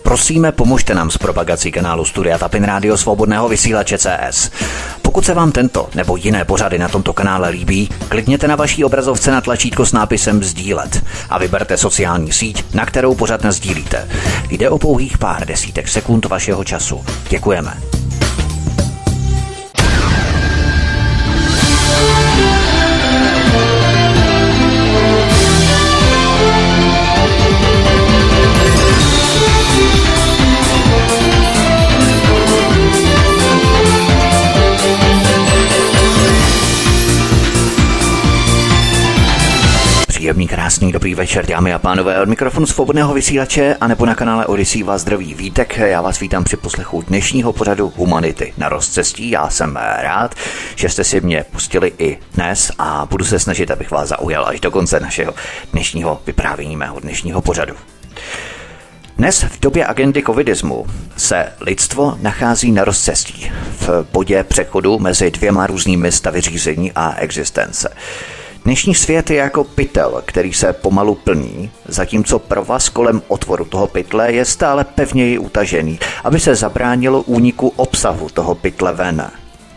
Prosíme, pomožte nám s propagací kanálu Studia Tapin Rádio Svobodného vysílače CS. Pokud se vám tento nebo jiné pořady na tomto kanále líbí, klikněte na vaší obrazovce na tlačítko s nápisem sdílet a vyberte sociální síť, na kterou pořad nasdílíte. Jde o pouhých pár desítek sekund vašeho času. Děkujeme. Příjemný, krásný, dobrý večer, dámy a pánové, od mikrofonu Svobodného vysílače a nebo na kanále Odyssey vás zdraví Vítek. Já vás vítám při poslechu dnešního pořadu Humanity na rozcestí. Já jsem rád, že jste si mě pustili i dnes a budu se snažit, abych vás zaujal až do konce našeho dnešního vyprávění, mého dnešního pořadu. Dnes v době agendy covidismu se lidstvo nachází na rozcestí, v bodě přechodu mezi dvěma různými stavy řízení a existence. Dnešní svět je jako pytel, který se pomalu plní, zatímco provaz kolem otvoru toho pytle je stále pevněji utažený, aby se zabránilo úniku obsahu toho pytle ven.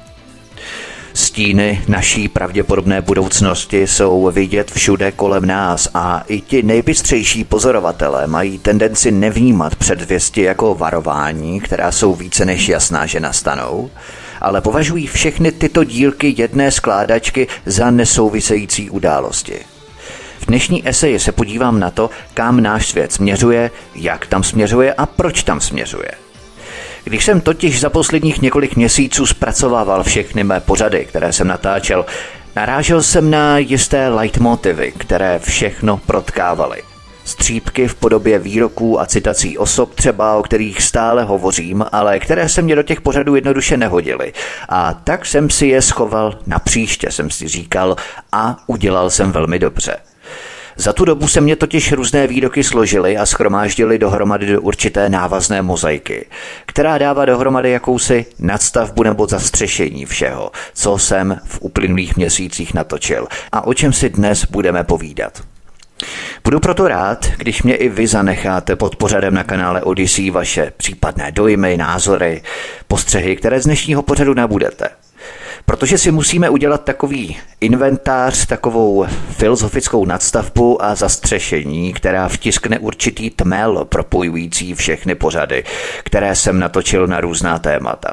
Stíny naší pravděpodobné budoucnosti jsou vidět všude kolem nás a i ti nejbystřejší pozorovatelé mají tendenci nevnímat předzvěsti jako varování, která jsou více než jasná, že nastanou, ale považují všechny tyto dílky jedné skládačky za nesouvisející události. V dnešní eseji se podívám na to, kam náš svět směřuje, jak tam směřuje a proč tam směřuje. Když jsem totiž za posledních několik měsíců zpracovával všechny mé pořady, které jsem natáčel, narážel jsem na jisté leitmotivy, které všechno protkávaly. Střípky v podobě výroků a citací osob třeba, o kterých stále hovořím, ale které se mě do těch pořadů jednoduše nehodily. A tak jsem si je schoval na příště, jsem si říkal, a udělal jsem velmi dobře. Za tu dobu se mě totiž různé výroky složily a shromáždily dohromady do určité návazné mozaiky, která dává dohromady jakousi nadstavbu nebo zastřešení všeho, co jsem v uplynulých měsících natočil a o čem si dnes budeme povídat. Budu proto rád, když mě i vy zanecháte pod pořadem na kanále Odyssey vaše případné dojmy, názory, postřehy, které z dnešního pořadu nabudete. Protože si musíme udělat takový inventář, takovou filozofickou nadstavbu a zastřešení, která vtiskne určitý tmel propojující všechny pořady, které jsem natočil na různá témata.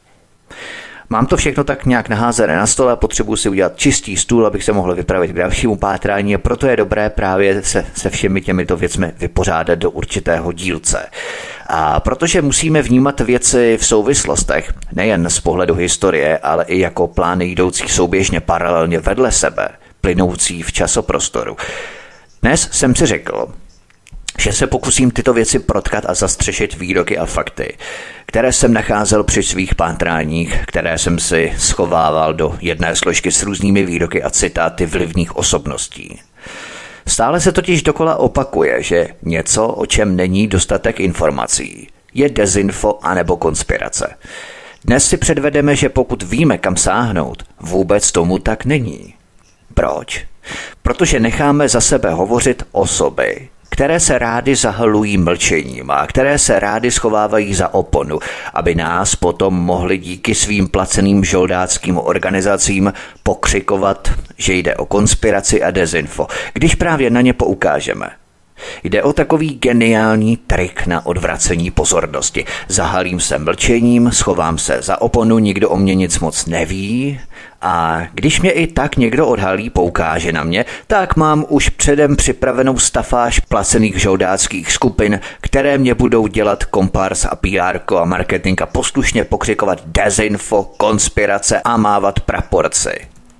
Mám to všechno tak nějak naházené na stole a potřebuji si udělat čistý stůl, abych se mohl vypravit k dalšímu pátrání a proto je dobré právě se všemi těmito věcmi vypořádat do určitého dílce. A protože musíme vnímat věci v souvislostech, nejen z pohledu historie, ale i jako plány jdoucí souběžně paralelně vedle sebe, plynoucí v časoprostoru. Dnes jsem si řekl, že se pokusím tyto věci protkat a zastřešit výroky a fakty, které jsem nacházel při svých pátráních, které jsem si schovával do jedné složky s různými výroky a citáty vlivných osobností. Stále se totiž dokola opakuje, že něco, o čem není dostatek informací, je dezinfo anebo konspirace. Dnes si předvedeme, že pokud víme, kam sáhnout, vůbec tomu tak není. Proč? Protože necháme za sebe hovořit osoby, které se rády zahalují mlčením a které se rády schovávají za oponu, aby nás potom mohli díky svým placeným žoldáckým organizacím pokřikovat, že jde o konspiraci a dezinfo, když právě na ně poukážeme. Jde o takový geniální trik na odvracení pozornosti. Zahalím se mlčením, schovám se za oponu, nikdo o mě nic moc neví a když mě i tak někdo odhalí, poukáže na mě, tak mám už předem připravenou stafáž placených žoldáckých skupin, které mě budou dělat kompars a PR a marketing a poslušně pokřikovat dezinfo, konspirace a mávat praporci.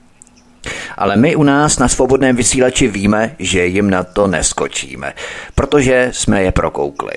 Ale my u nás na Svobodném vysílači víme, že jim na to neskočíme, protože jsme je prokoukli.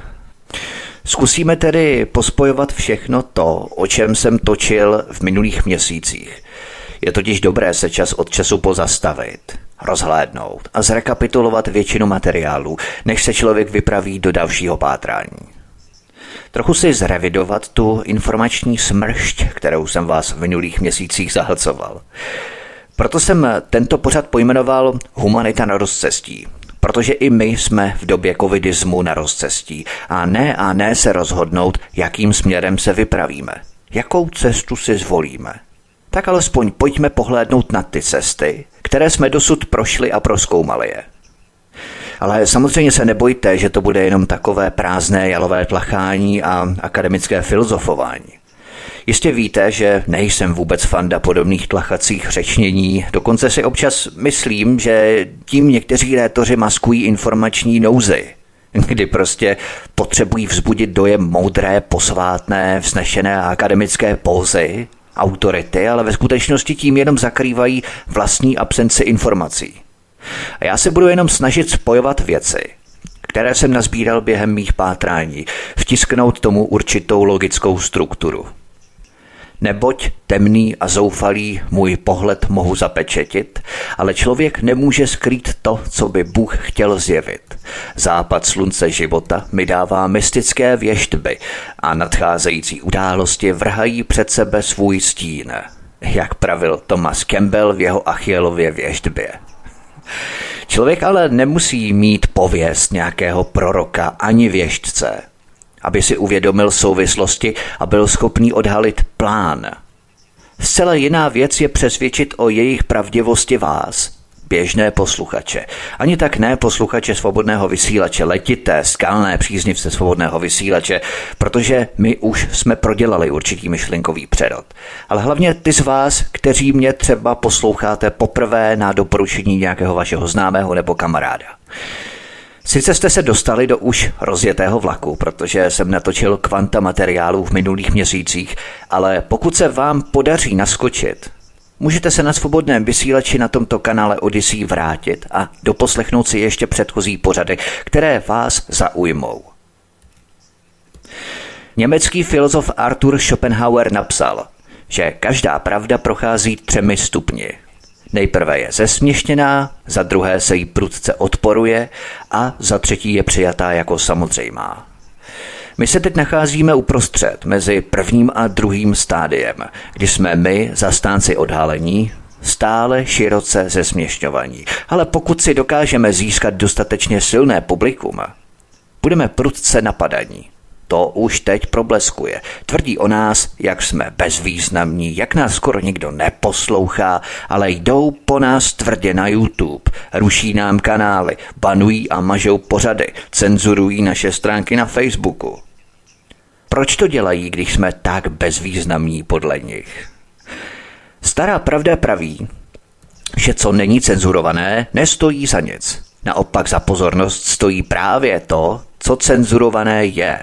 Zkusíme tedy pospojovat všechno to, o čem jsem točil v minulých měsících. Je totiž dobré se čas od času pozastavit, rozhlédnout a zrekapitulovat většinu materiálů, než se člověk vypraví do dalšího pátrání. Trochu si zrevidovat tu informační smršť, kterou jsem vás v minulých měsících zahlcoval. Proto jsem tento pořad pojmenoval Humanita na rozcestí. Protože i my jsme v době covidismu na rozcestí a ne se rozhodnout, jakým směrem se vypravíme, jakou cestu si zvolíme. Tak alespoň pojďme pohlédnout na ty cesty, které jsme dosud prošli a prozkoumali je. Ale samozřejmě se nebojte, že to bude jenom takové prázdné jalové tlachání a akademické filozofování. Jistě víte, že nejsem vůbec fanda podobných tlachacích řečnění, dokonce si občas myslím, že tím někteří rétoři maskují informační nouzi, kdy prostě potřebují vzbudit dojem moudré, posvátné, vznešené a akademické pózy, autority, ale ve skutečnosti tím jenom zakrývají vlastní absenci informací. A já se budu jenom snažit spojovat věci, které jsem nazbíral během mých pátrání, vtisknout tomu určitou logickou strukturu. Neboť temný a zoufalý můj pohled mohu zapečetit, ale člověk nemůže skrýt to, co by Bůh chtěl zjevit. Západ slunce života mi dává mystické věštby a nadcházející události vrhají před sebe svůj stín, jak pravil Thomas Campbell v jeho Achilleově věštbě. Člověk ale nemusí mít pověst nějakého proroka ani věštce, aby si uvědomil souvislosti a byl schopný odhalit plán. Zcela jiná věc je přesvědčit o jejich pravdivosti vás, běžné posluchače. Ani tak ne posluchače Svobodného vysílače, letité, skalné příznivce Svobodného vysílače, protože my už jsme prodělali určitý myšlenkový přerod. Ale hlavně ty z vás, kteří mě třeba posloucháte poprvé na doporučení nějakého vašeho známého nebo kamaráda. Sice jste se dostali do už rozjetého vlaku, protože jsem natočil kvanta materiálů v minulých měsících, ale pokud se vám podaří naskočit, můžete se na Svobodném vysílači na tomto kanále Odyssey vrátit a doposlechnout si ještě předchozí pořady, které vás zaujmou. Německý filozof Arthur Schopenhauer napsal, že každá pravda prochází 3 stupni. Nejprve je zesměšněná, za druhé se jí prudce odporuje a za třetí je přijatá jako samozřejmá. My se teď nacházíme uprostřed mezi prvním a druhým stádiem, kdy jsme my, zastánci odhalení, stále široce zesměšňovaní. Ale pokud si dokážeme získat dostatečně silné publikum, budeme prudce napadaní. To už teď probleskuje. Tvrdí o nás, jak jsme bezvýznamní, jak nás skoro nikdo neposlouchá, ale jdou po nás tvrdě na YouTube, ruší nám kanály, banují a mažou pořady, cenzurují naše stránky na Facebooku. Proč to dělají, když jsme tak bezvýznamní podle nich? Stará pravda praví, že co není cenzurované, nestojí za nic. Naopak za pozornost stojí právě to, co cenzurované je.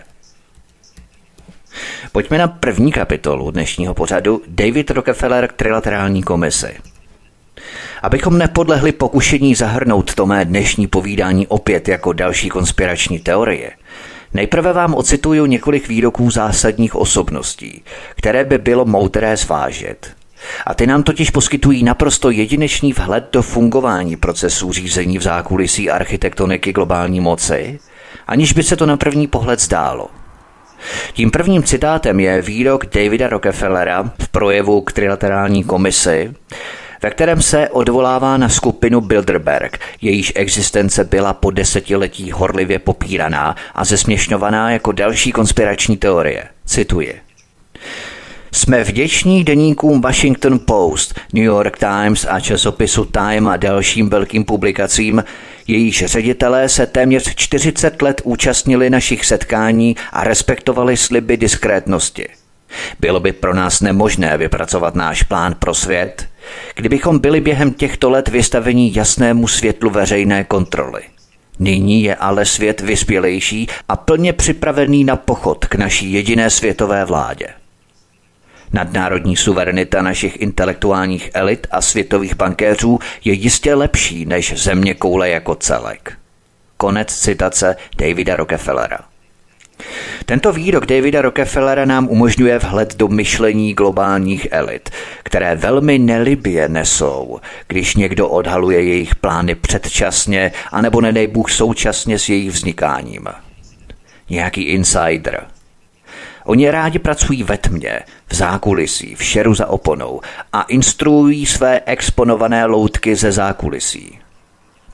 Pojďme na první kapitolu dnešního pořadu David Rockefeller k trilaterální komisi. Abychom nepodlehli pokušení zahrnout to mé dnešní povídání opět jako další konspirační teorie, nejprve vám ocituju několik výroků zásadních osobností, které by bylo moudré zvážit. A ty nám totiž poskytují naprosto jedinečný vhled do fungování procesů řízení v zákulisí architektoniky globální moci, aniž by se to na první pohled zdálo. Tím prvním citátem je výrok Davida Rockefellera v projevu k trilaterální komisi, ve kterém se odvolává na skupinu Bilderberg, jejíž existence byla po desetiletí horlivě popíraná a zesměšňovaná jako další konspirační teorie. Cituji. Jsme vděční deníkům Washington Post, New York Times a časopisu Time a dalším velkým publikacím, jejíž ředitelé se téměř 40 let účastnili našich setkání a respektovali sliby diskrétnosti. Bylo by pro nás nemožné vypracovat náš plán pro svět, kdybychom byli během těchto let vystaveni jasnému světlu veřejné kontroly. Nyní je ale svět vyspělejší a plně připravený na pochod k naší jediné světové vládě. Nadnárodní suverenita našich intelektuálních elit a světových bankéřů je jistě lepší než země koule jako celek. Konec citace Davida Rockefellera. Tento výrok Davida Rockefellera nám umožňuje vhled do myšlení globálních elit, které velmi nelibě nesou, když někdo odhaluje jejich plány předčasně, anebo nedej Bůh současně s jejich vznikáním. Nějaký insider. Oni rádi pracují ve tmě, v zákulisí, v šeru za oponou a instruují své exponované loutky ze zákulisí.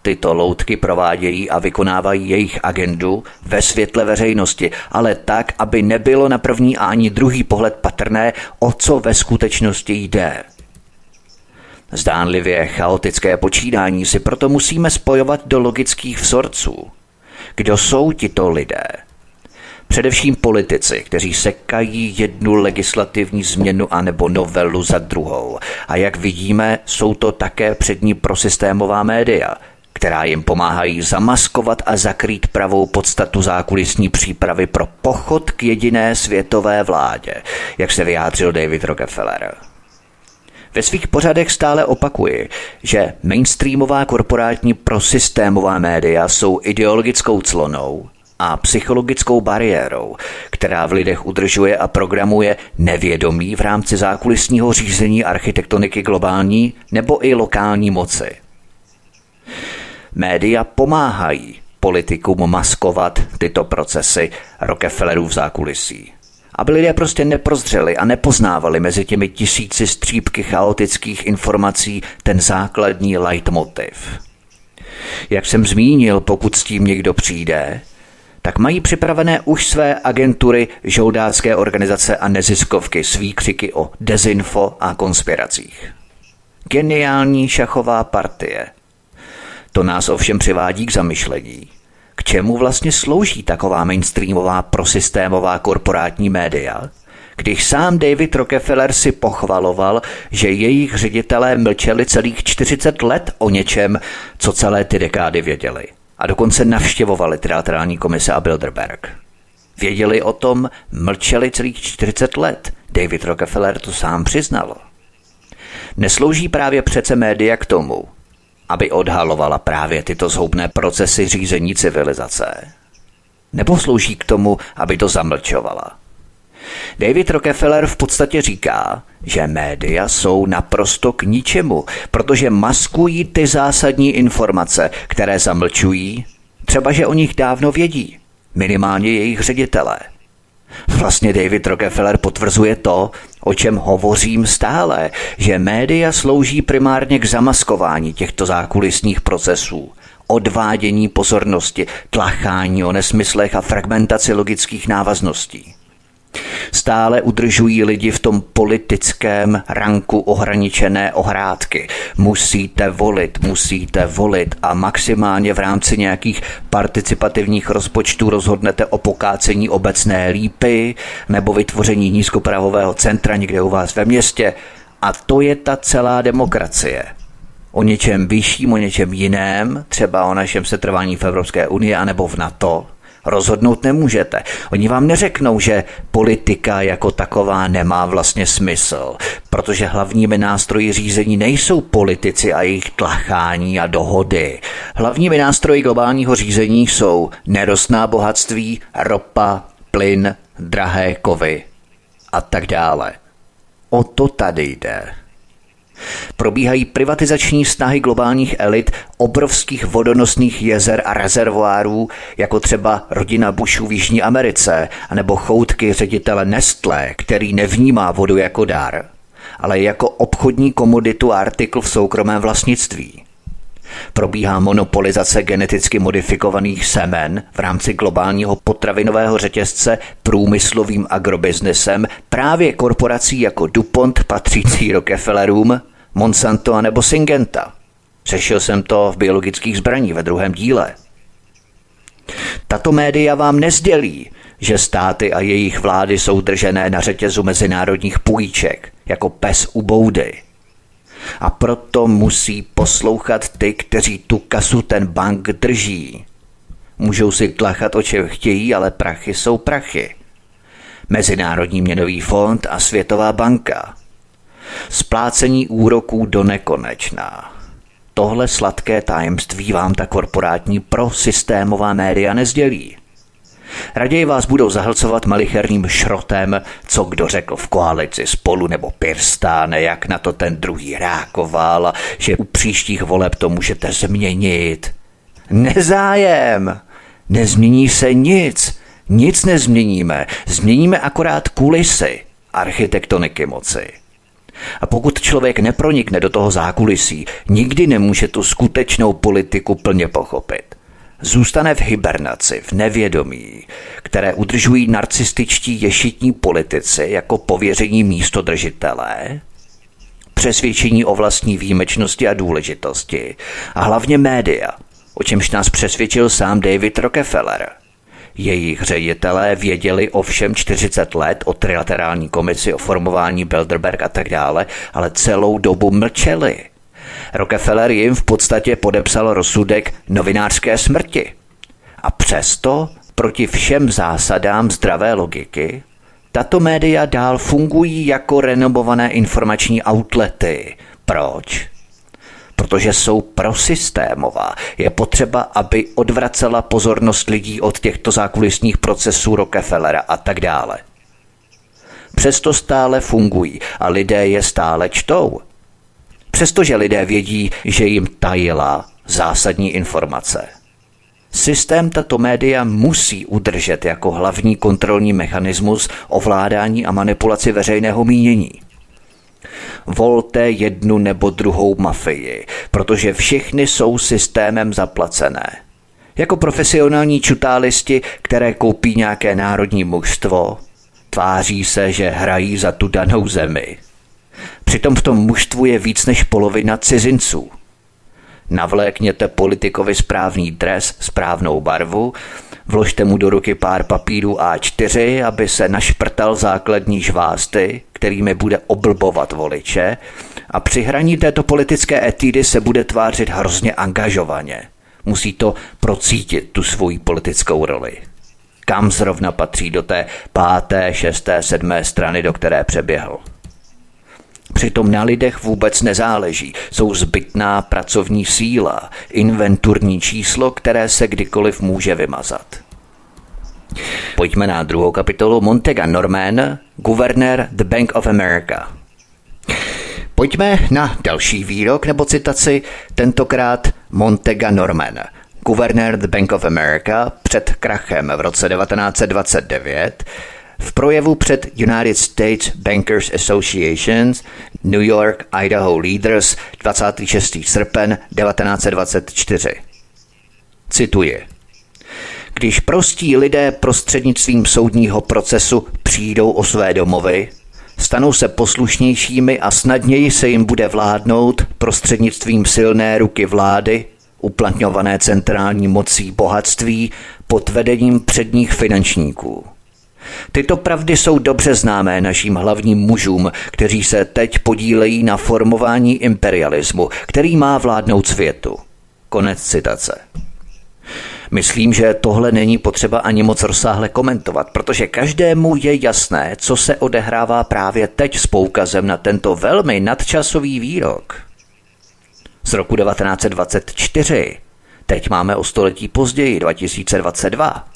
tyto loutky provádějí a vykonávají jejich agendu ve světle veřejnosti, ale tak, aby nebylo na první a ani druhý pohled patrné, o co ve skutečnosti jde. Zdánlivě chaotické počínání si proto musíme spojovat do logických vzorců. Kdo jsou tito lidé? Především politici, kteří sekají jednu legislativní změnu anebo novelu za druhou. A jak vidíme, jsou to také přední prosystémová média, která jim pomáhají zamaskovat a zakrýt pravou podstatu zákulisní přípravy pro pochod k jediné světové vládě, jak se vyjádřil David Rockefeller. Ve svých pořadech stále opakuji, že mainstreamová korporátní prosystémová média jsou ideologickou clonou a psychologickou bariérou, která v lidech udržuje a programuje nevědomí v rámci zákulisního řízení architektoniky globální nebo i lokální moci. Média pomáhají politikům maskovat tyto procesy Rockefellerův zákulisí, aby lidé prostě neprozřeli a nepoznávali mezi těmi tisíci střípky chaotických informací ten základní leitmotiv. Jak jsem zmínil, pokud s tím někdo přijde, tak mají připravené už své agentury, žoldácké organizace a neziskovky s výkřiky o dezinfo a konspiracích. Geniální šachová partie. To nás ovšem přivádí k zamyšlení. K čemu vlastně slouží taková mainstreamová prosystémová korporátní média, když sám David Rockefeller si pochvaloval, že jejich ředitelé mlčeli celých 40 let o něčem, co celé ty dekády věděli. A dokonce navštěvovali trilaterální komise a Bilderberg. Věděli o tom, mlčeli celých 40 let. David Rockefeller to sám přiznal. Neslouží právě přece média k tomu, aby odhalovala právě tyto zhoubné procesy řízení civilizace? Nebo slouží k tomu, aby to zamlčovala? David Rockefeller v podstatě říká, že média jsou naprosto k ničemu, protože maskují ty zásadní informace, které zamlčují, třeba že o nich dávno vědí, minimálně jejich ředitelé. Vlastně David Rockefeller potvrzuje to, o čem hovořím stále, že média slouží primárně k zamaskování těchto zákulisních procesů, odvádění pozornosti, tlachání o nesmyslech a fragmentaci logických návazností. Stále udržují lidi v tom politickém ranku ohraničené ohrádky. Musíte volit a maximálně v rámci nějakých participativních rozpočtů rozhodnete o pokácení obecné lípy nebo vytvoření nízkoprahového centra někde u vás ve městě. A to je ta celá demokracie. O něčem vyšším, o něčem jiném, třeba o našem setrvání v Evropské unii anebo v NATO, rozhodnout nemůžete. Oni vám neřeknou, že politika jako taková nemá vlastně smysl, protože hlavními nástroji řízení nejsou politici a jejich tlachání a dohody. Hlavními nástroji globálního řízení jsou nerostná bohatství, ropa, plyn, drahé kovy a tak dále. O to tady jde. Probíhají privatizační snahy globálních elit obrovských vodonosných jezer a rezervoárů, jako třeba rodina Bushů v Jižní Americe, anebo choutky ředitele Nestlé, který nevnímá vodu jako dar, ale jako obchodní komoditu a artikl v soukromém vlastnictví. Probíhá monopolizace geneticky modifikovaných semen v rámci globálního potravinového řetězce průmyslovým agrobiznesem právě korporací jako DuPont patřící Rockefellerům, Monsanto a nebo Syngenta. Řešil jsem to v biologických zbraních ve 2. díle. Tato média vám nesdělí, že státy a jejich vlády jsou držené na řetězu mezinárodních půjček, jako pes u boudy. A proto musí poslouchat ty, kteří tu kasu ten bank drží. Můžou si tlachat o čem chtějí, ale prachy jsou prachy. Mezinárodní měnový fond a Světová banka. Splácení úroků do nekonečna. Tohle sladké tajemství vám ta korporátní prosystémová média nesdělí. Raději vás budou zahlcovat malicherným šrotem, co kdo řekl v koalici Spolu nebo Pirstan, jak na to ten druhý reagoval, že u příštích voleb to můžete změnit. Nezájem! Nezmění se nic. Nic nezměníme. Změníme akorát kulisy architektoniky moci. A pokud člověk nepronikne do toho zákulisí, nikdy nemůže tu skutečnou politiku plně pochopit. Zůstane v hibernaci, v nevědomí, které udržují narcističtí ješitní politici jako pověření místodržitelé, přesvědčení o vlastní výjimečnosti a důležitosti a hlavně média, o čemž nás přesvědčil sám David Rockefeller. Jejich ředitelé věděli ovšem 40 let o trilaterální komisi, o formování Bilderberg a tak dále, ale celou dobu mlčeli. Rockefeller jim v podstatě podepsal rozsudek novinářské smrti. A přesto, proti všem zásadám zdravé logiky, tato média dál fungují jako renomované informační outlety. Proč? Protože jsou prosystémová. Je potřeba, aby odvracela pozornost lidí od těchto zákulisních procesů Rockefellera a tak dále. Přesto stále fungují a lidé je stále čtou. Přestože lidé vědí, že jim tajila zásadní informace. Systém tato média musí udržet jako hlavní kontrolní mechanismus ovládání a manipulaci veřejného mínění. Volte jednu nebo druhou mafii, protože všichni jsou systémem zaplacené. Jako profesionální čutálisti, které koupí nějaké národní mužstvo, tváří se, že hrají za tu danou zemi. Přitom v tom mužstvu je víc než polovina cizinců. Navlékněte politikovi správný dres, správnou barvu, vložte mu do ruky pár papírů A4, aby se našprtal základní žvásty, kterými bude oblbovat voliče, a při hraní této politické etídy se bude tvářit hrozně angažovaně. Musí to procítit, tu svoji politickou roli. Kam zrovna patří do té 5., 6., 7. strany, do které přeběhl. Přitom na lidech vůbec nezáleží. Jsou zbytná pracovní síla, inventurní číslo, které se kdykoliv může vymazat. Pojďme na druhou kapitolu. Montega Norman, guvernér The Bank of America. Pojďme na další výrok nebo citaci, tentokrát Montega Norman, guvernér The Bank of America před krachem v roce 1929, v projevu před United States Bankers Association, New York, Idaho Leaders, 26. srpen 1924. Cituji. Když prostí lidé prostřednictvím soudního procesu přijdou o své domovy, stanou se poslušnějšími a snadněji se jim bude vládnout prostřednictvím silné ruky vlády, uplatňované centrální mocí bohatství pod vedením předních finančníků. Tyto pravdy jsou dobře známé našim hlavním mužům, kteří se teď podílejí na formování imperialismu, který má vládnout světu. Konec citace. Myslím, že tohle není potřeba ani moc rozsáhle komentovat, protože každému je jasné, co se odehrává právě teď s poukazem na tento velmi nadčasový výrok. Z roku 1924. Teď máme o století později, 2022.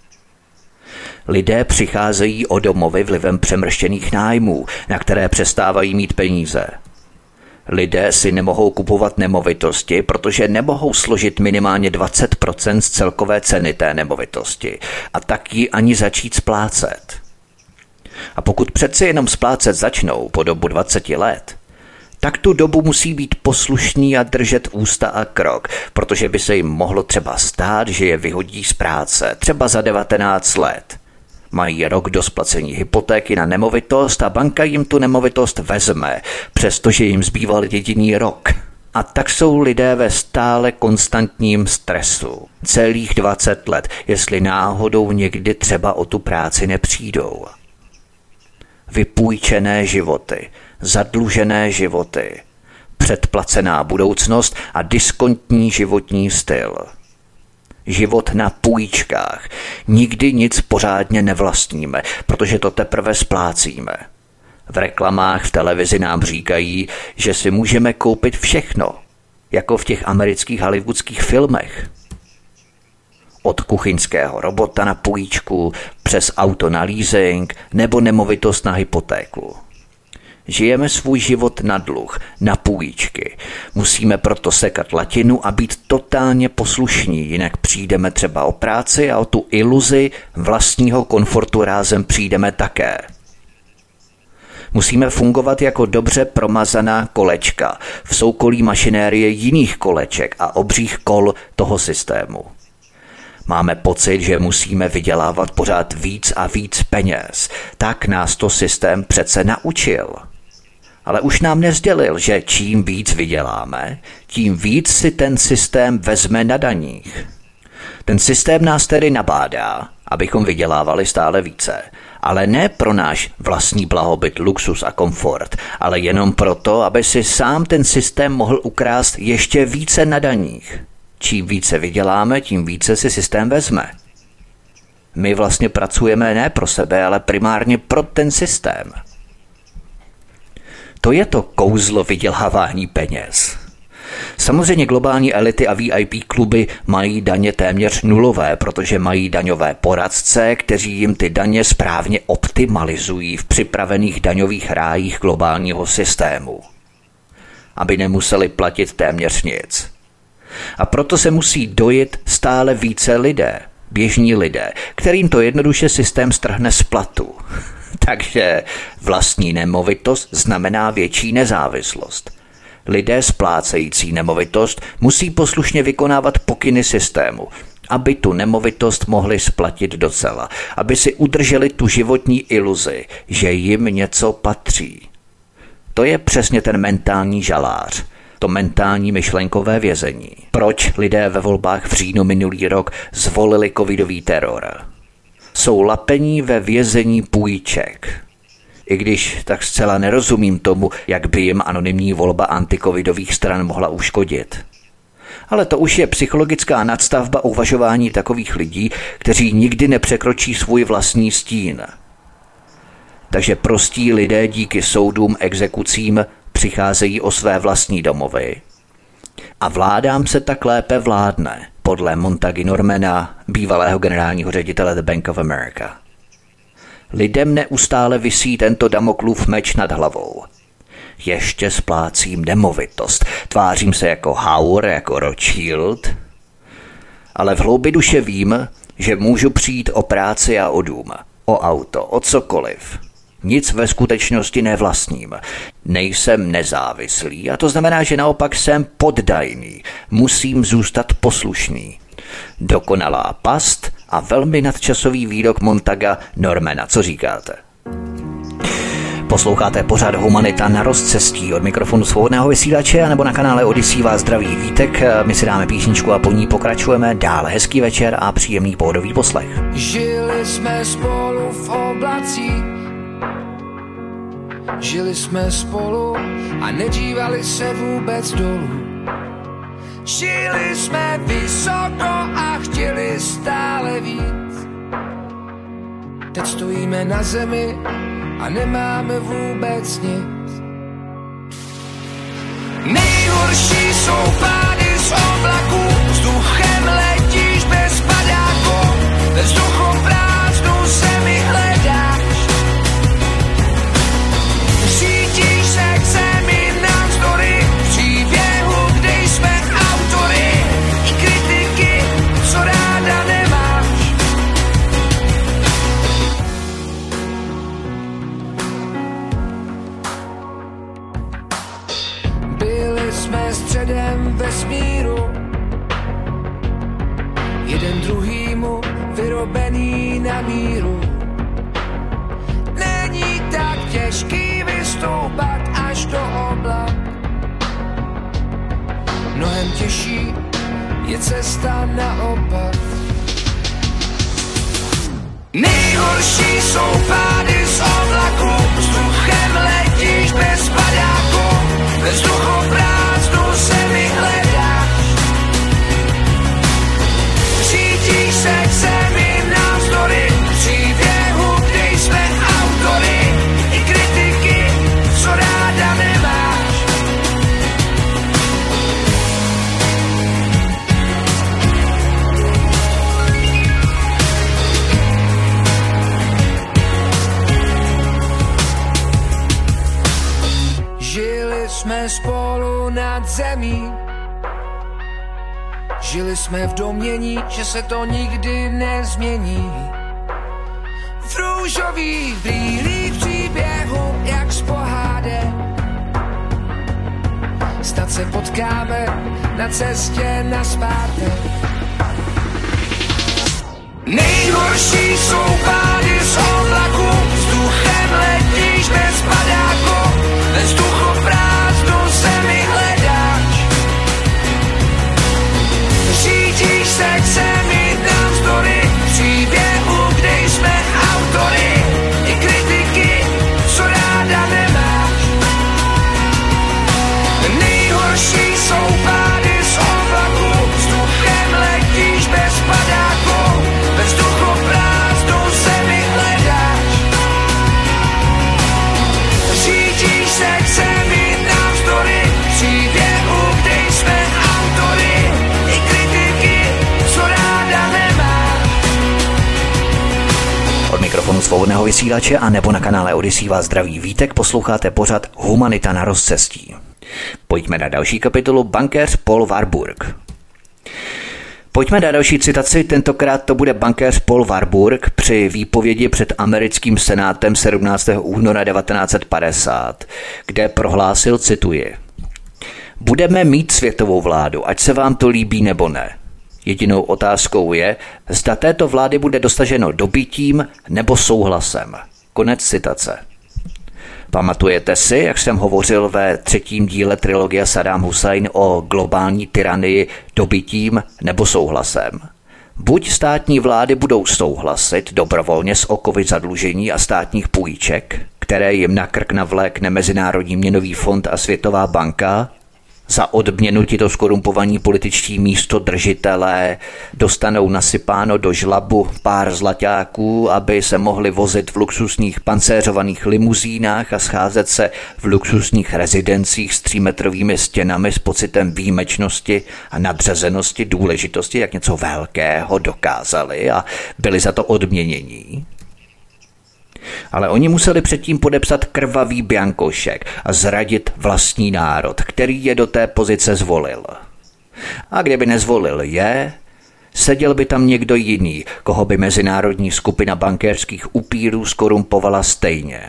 Lidé přicházejí o domovy vlivem přemrštěných nájmů, na které přestávají mít peníze. Lidé si nemohou kupovat nemovitosti, protože nemohou složit minimálně 20% z celkové ceny té nemovitosti a tak ji ani začít splácet. A pokud přeci jenom splácet začnou po dobu 20 let, tak tu dobu musí být poslušní a držet ústa a krok, protože by se jim mohlo třeba stát, že je vyhodí z práce, třeba za 19 let. Mají rok do splacení hypotéky na nemovitost a banka jim tu nemovitost vezme, přestože jim zbýval jediný rok. A tak jsou lidé ve stále konstantním stresu. Celých 20 let, jestli náhodou někdy třeba o tu práci nepřijdou. Vypůjčené životy, zadlužené životy, předplacená budoucnost a diskontní životní styl. Život na půjčkách. Nikdy nic pořádně nevlastníme, protože to teprve splácíme. V reklamách v televizi nám říkají, že si můžeme koupit všechno, jako v těch amerických hollywoodských filmech. Od kuchyňského robota na půjčku, přes auto na leasing nebo nemovitost na hypotéku. Žijeme svůj život na dluh, na půjčky. Musíme proto sekat latinu a být totálně poslušní, jinak přijdeme třeba o práci a o tu iluzi vlastního komfortu rázem přijdeme také. Musíme fungovat jako dobře promazaná kolečka v soukolí mašinérie jiných koleček a obřích kol toho systému. Máme pocit, že musíme vydělávat pořád víc a víc peněz. Tak nás to systém přece naučil. Ale už nám nesdělil, že čím víc vyděláme, tím víc si ten systém vezme na daních. Ten systém nás tedy nabádá, abychom vydělávali stále více. Ale ne pro náš vlastní blahobyt, luxus a komfort, ale jenom proto, aby si sám ten systém mohl ukrást ještě více na daních. Čím více vyděláme, tím více si systém vezme. My vlastně pracujeme ne pro sebe, ale primárně pro ten systém. To je to kouzlo vydělávání peněz. Samozřejmě globální elity a VIP kluby mají daně téměř nulové, protože mají daňové poradce, kteří jim ty daně správně optimalizují v připravených daňových rájích globálního systému, aby nemuseli platit téměř nic. A proto se musí dojit stále více lidé, běžní lidé, kterým to jednoduše systém strhne z platu. Takže vlastní nemovitost znamená větší nezávislost. Lidé splácející nemovitost musí poslušně vykonávat pokyny systému, aby tu nemovitost mohli splatit docela, aby si udrželi tu životní iluzi, že jim něco patří. To je přesně ten mentální žalář, to mentální myšlenkové vězení. Proč lidé ve volbách v říjnu minulý rok zvolili covidový teror? Jsou lapení ve vězení půjček. I když tak zcela nerozumím tomu, jak by jim anonymní volba antikovidových stran mohla uškodit. Ale to už je psychologická nadstavba uvažování takových lidí, kteří nikdy nepřekročí svůj vlastní stín. Takže prostí lidé díky soudům, exekucím přicházejí o své vlastní domovy. A vládám se tak lépe vládne, podle Montagy Normana, bývalého generálního ředitele The Bank of America. Lidem neustále visí tento Damoklův meč nad hlavou. Ještě splácím nemovitost, tvářím se jako Hauer, jako Rothschild, ale v hloubi duše vím, že můžu přijít o práci a o dům, o auto, o cokoliv. Nic ve skutečnosti nevlastním. Nejsem nezávislý a to znamená, že naopak jsem poddajný. Musím zůstat poslušný. Dokonalá past a velmi nadčasový výrok Montaga Normana. Co říkáte? Posloucháte pořad Humanita na rozcestí. Od mikrofonu Svobodného vysílače a nebo na kanále Odyssey vás zdraví Vítek. My si dáme písničku a po ní pokračujeme. Dále hezký večer a příjemný pohodový poslech. Žili jsme spolu v oblacích, žili jsme spolu a nedívali se vůbec dolů. Žili jsme vysoko a chtěli stále víc. Teď stojíme na zemi a nemáme vůbec nic. Nejhorší jsou pády z oblaků, vzduchem letíš bez padáku, ve vzduchu prázdnou zemi hledáš. Řídíš se k zemi navzdory příběhu, kde jsme autory i kritiky, co ráda nemáš. Byli jsme středem vesmíru, jeden druhýmu vyrobený na míru. Není tak těžký vystoupat až do oblak. Mnohem těžší je cesta naopak. Nejhorší jsou pády z oblaku, vzduchem letíš bez padáku, ve vzduchu prázdnou zemi hledáš. Řídíš se k zemi navzdory příběhu, kde jsme autory i kritiky, co ráda nemáš. Žili jsme spolu nad zemí, žili jsme v domnění, že se to nikdy nezmění. V růžových brýlích příběhu, jak potkáme na cestě na zpátek. Nejhorší jsou pády z oblaku, vzduchem letíš bez padáku, ve vzduchu prázdnou zemi hledáš. Řídíš se, chce mít navzdory příběhu, kde jsme autory, i kritiky, co ráda nemáš. Nejhorší jsou pády z oblaku, vzduchem letíš bez padáku, ve vzduchu prázdnou zemi hledáš. Řídíš se, chce mít navzdory příběhu, kde jsme autory, i kritiky, co ráda nemáš. Od mikrofonu Svobodného vysílače a nebo na kanále Odyssey vás zdraví Vítek, posloucháte pořad Humanita na rozcestí. Pojďme na další kapitolu bankéř Paul Warburg. Pojďme na další citaci, tentokrát to bude bankéř Paul Warburg při výpovědi před americkým senátem 17. února 1950, kde prohlásil, cituji: Budeme mít světovou vládu, ať se vám to líbí nebo ne. Jedinou otázkou je, zda této vlády bude dosaženo dobytím nebo souhlasem. Konec citace. Pamatujete si, jak jsem hovořil ve 3. díle trilogie Saddam Hussein o globální tyranii dobytím nebo souhlasem? Buď státní vlády budou souhlasit dobrovolně s okovy zadlužení a státních půjček, které jim na krk navlékne Mezinárodní měnový fond a Světová banka, za odměnu tito skorumpovaní političtí místodržitelé dostanou nasypáno do žlabu pár zlaťáků, aby se mohli vozit v luxusních pancéřovaných limuzínách a scházet se v luxusních rezidencích s 3metrovými stěnami s pocitem výjimečnosti a nadřazenosti, důležitosti, jak něco velkého dokázali a byli za to odměnění. Ale oni museli předtím podepsat krvavý biankošek a zradit vlastní národ, který je do té pozice zvolil. A kdyby nezvolil je, seděl by tam někdo jiný, koho by mezinárodní skupina bankéřských upírů skorumpovala stejně.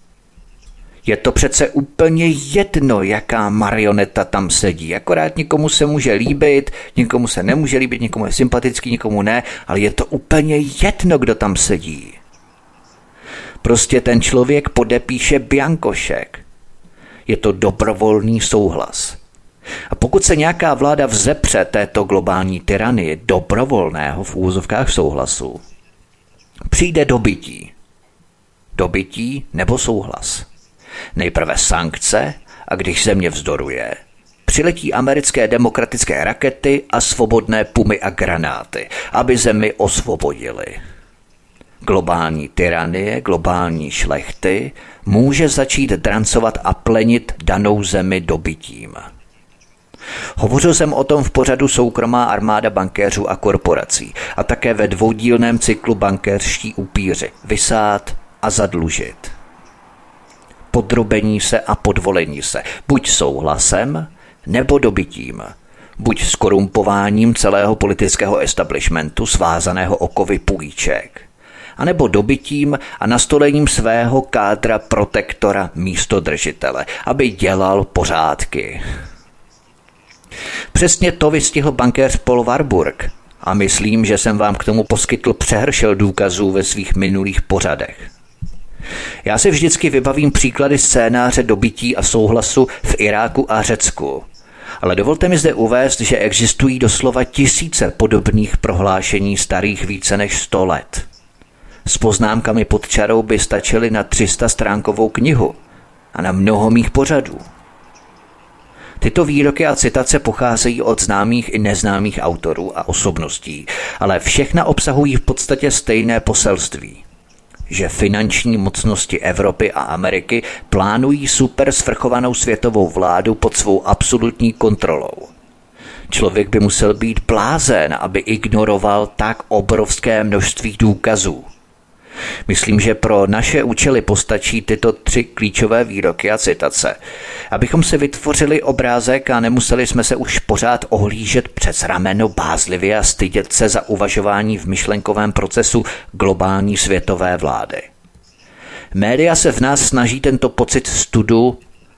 Je to přece úplně jedno, jaká marioneta tam sedí. Akorát někomu se může líbit, někomu se nemůže líbit, někomu je sympatický, někomu ne, ale je to úplně jedno, kdo tam sedí. Prostě ten člověk podepíše biankošek. Je to dobrovolný souhlas. A pokud se nějaká vláda vzepře této globální tyranii dobrovolného v úvozovkách souhlasu, přijde dobytí. Dobytí nebo souhlas. Nejprve sankce a když země vzdoruje, přiletí americké demokratické rakety a svobodné pumy a granáty, aby zemi osvobodili. Globální tyranie, globální šlechty může začít drancovat a plenit danou zemi dobytím. Hovořil jsem o tom v pořadu Soukromá armáda bankéřů a korporací a také ve dvoudílném cyklu Bankéřští upíři vysát a zadlužit. Podrobení se a podvolení se, buď souhlasem nebo dobytím, buď skorumpováním celého politického establishmentu svázaného okovy půjček, anebo dobytím a nastolením svého kádra protektora místodržitele, aby dělal pořádky. Přesně to vystihl bankéř Paul Warburg a myslím, že jsem vám k tomu poskytl přehršel důkazů ve svých minulých pořadech. Já si vždycky vybavím příklady scénáře dobytí a souhlasu v Iráku a Řecku, ale dovolte mi zde uvést, že existují doslova tisíce podobných prohlášení starých více než 100 let. S poznámkami pod čarou by stačily na 300stránkovou knihu a na mnoho mých pořadů. Tyto výroky a citace pocházejí od známých i neznámých autorů a osobností, ale všechna obsahují v podstatě stejné poselství, že finanční mocnosti Evropy a Ameriky plánují super svrchovanou světovou vládu pod svou absolutní kontrolou. Člověk by musel být blázen, aby ignoroval tak obrovské množství důkazů. Myslím, že pro naše účely postačí tyto 3 klíčové výroky a citace, abychom si vytvořili obrázek a nemuseli jsme se už pořád ohlížet přes rameno bázlivě a stydět se za uvažování v myšlenkovém procesu globální světové vlády. Média se v nás snaží tento pocit studu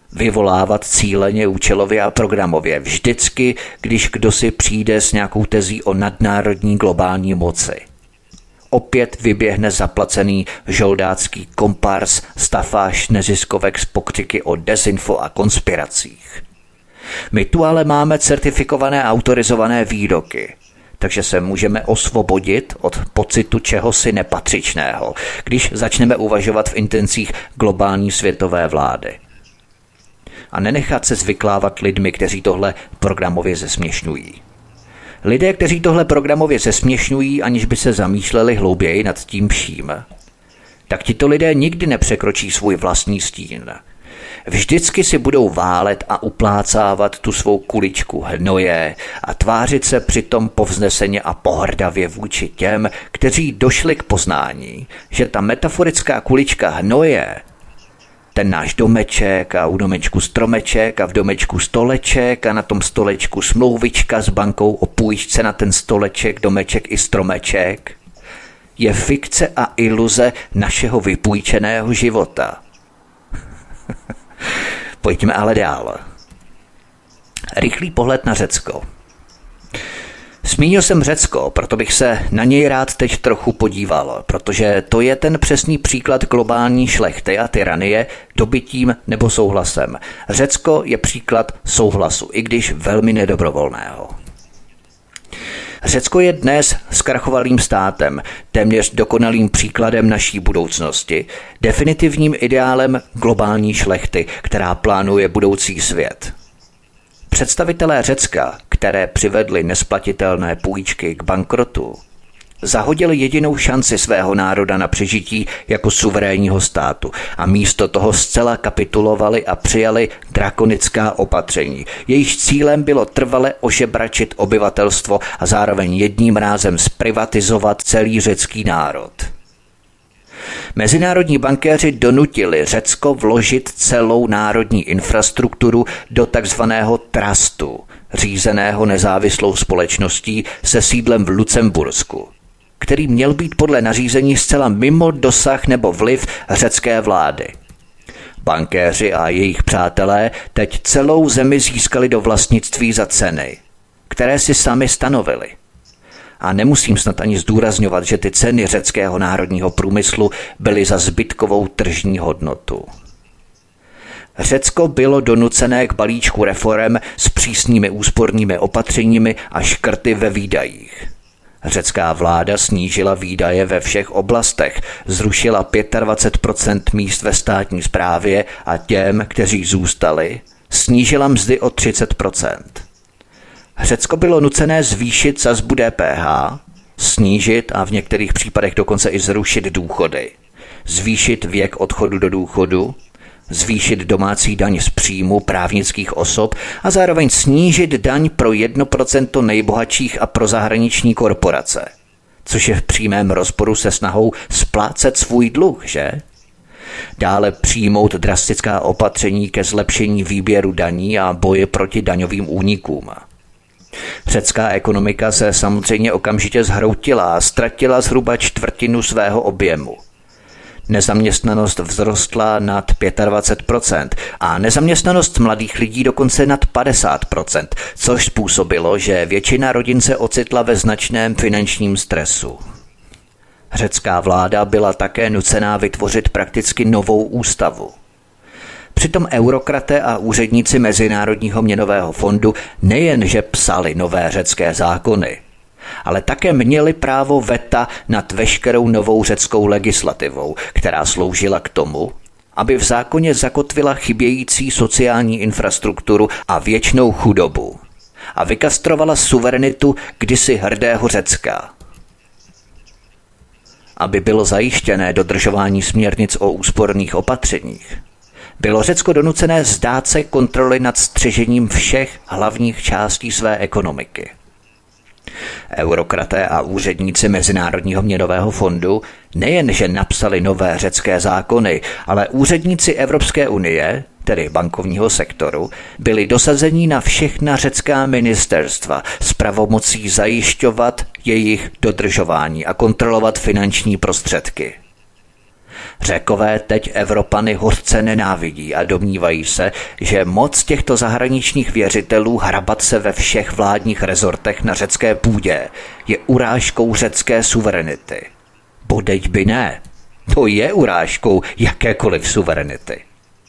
vyvolávat cíleně, účelově a programově vždycky, když kdo si přijde s nějakou tezí o nadnárodní globální moci. Opět vyběhne zaplacený žoldácký kompars, stafáž neziskovek s pokřiky o dezinfo a konspiracích. My tu ale máme certifikované autorizované výroky, takže se můžeme osvobodit od pocitu čehosi nepatřičného, když začneme uvažovat v intencích globální světové vlády. A nenechat se zvyklávat lidmi, kteří tohle programově zesměšňují. Lidé, kteří tohle programově zesměšňují, aniž by se zamýšleli hlouběji nad tím vším, tak tito lidé nikdy nepřekročí svůj vlastní stín. Vždycky si budou válet a uplácávat tu svou kuličku hnoje a tvářit se přitom povzneseně a pohrdavě vůči těm, kteří došli k poznání, že ta metaforická kulička hnoje, ten náš domeček a u domečku stromeček a v domečku stoleček a na tom stolečku smlouvička s bankou o půjčce na ten stoleček, domeček i stromeček, je fikce a iluze našeho vypůjčeného života. Pojďme ale dál. Rychlý pohled na Řecko. Zmínil jsem Řecko, proto bych se na něj rád teď trochu podíval, protože to je ten přesný příklad globální šlechty a tyranie dobytím nebo souhlasem. Řecko je příklad souhlasu, i když velmi nedobrovolného. Řecko je dnes zkrachovalým státem, téměř dokonalým příkladem naší budoucnosti, definitivním ideálem globální šlechty, která plánuje budoucí svět. Představitelé Řecka, které přivedly nesplatitelné půjčky k bankrotu, zahodili jedinou šanci svého národa na přežití jako suverénního státu a místo toho zcela kapitulovali a přijali drakonická opatření. Jejich cílem bylo trvale ožebračit obyvatelstvo a zároveň jedním rázem zprivatizovat celý řecký národ. Mezinárodní bankéři donutili Řecko vložit celou národní infrastrukturu do takzvaného trustu, řízeného nezávislou společností se sídlem v Lucembursku, který měl být podle nařízení zcela mimo dosah nebo vliv řecké vlády. Bankéři a jejich přátelé teď celou zemi získali do vlastnictví za ceny, které si sami stanovili. A nemusím snad ani zdůrazňovat, že ty ceny řeckého národního průmyslu byly za zbytkovou tržní hodnotu. Řecko bylo donucené k balíčku reforem s přísnými úspornými opatřeními a škrty ve výdajích. Řecká vláda snížila výdaje ve všech oblastech, zrušila 25% míst ve státní správě a těm, kteří zůstali, snížila mzdy o 30%. Řecko bylo nucené zvýšit sazbu DPH, snížit a v některých případech dokonce i zrušit důchody, zvýšit věk odchodu do důchodu, zvýšit domácí daň z příjmu právnických osob a zároveň snížit daň pro 1% nejbohatších a pro zahraniční korporace, což je v přímém rozporu se snahou splácet svůj dluh, že? Dále přijmout drastická opatření ke zlepšení výběru daní a boje proti daňovým únikům. Řecká ekonomika se samozřejmě okamžitě zhroutila a ztratila zhruba čtvrtinu svého objemu. Nezaměstnanost vzrostla nad 25% a nezaměstnanost mladých lidí dokonce nad 50%, což způsobilo, že většina rodin se ocitla ve značném finančním stresu. Řecká vláda byla také nucená vytvořit prakticky novou ústavu. Přitom eurokraté a úředníci Mezinárodního měnového fondu nejenže psali nové řecké zákony, ale také měli právo veta nad veškerou novou řeckou legislativou, která sloužila k tomu, aby v zákoně zakotvila chybějící sociální infrastrukturu a věčnou chudobu a vykastrovala suverenitu kdysi hrdého Řecka. Aby bylo zajištěné dodržování směrnic o úsporných opatřeních, bylo Řecko donucené vzdát se kontroly nad střežením všech hlavních částí své ekonomiky. Eurokraté a úředníci Mezinárodního měnového fondu nejenže napsali nové řecké zákony, ale úředníci Evropské unie, tedy bankovního sektoru, byli dosazeni na všechna řecká ministerstva s pravomocí zajišťovat jejich dodržování a kontrolovat finanční prostředky. Řekové teď Evropany hořce nenávidí a domnívají se, že moc těchto zahraničních věřitelů hrabat se ve všech vládních rezortech na řecké půdě je urážkou řecké suverenity. Bodeď by ne. To je urážkou jakékoliv suverenity.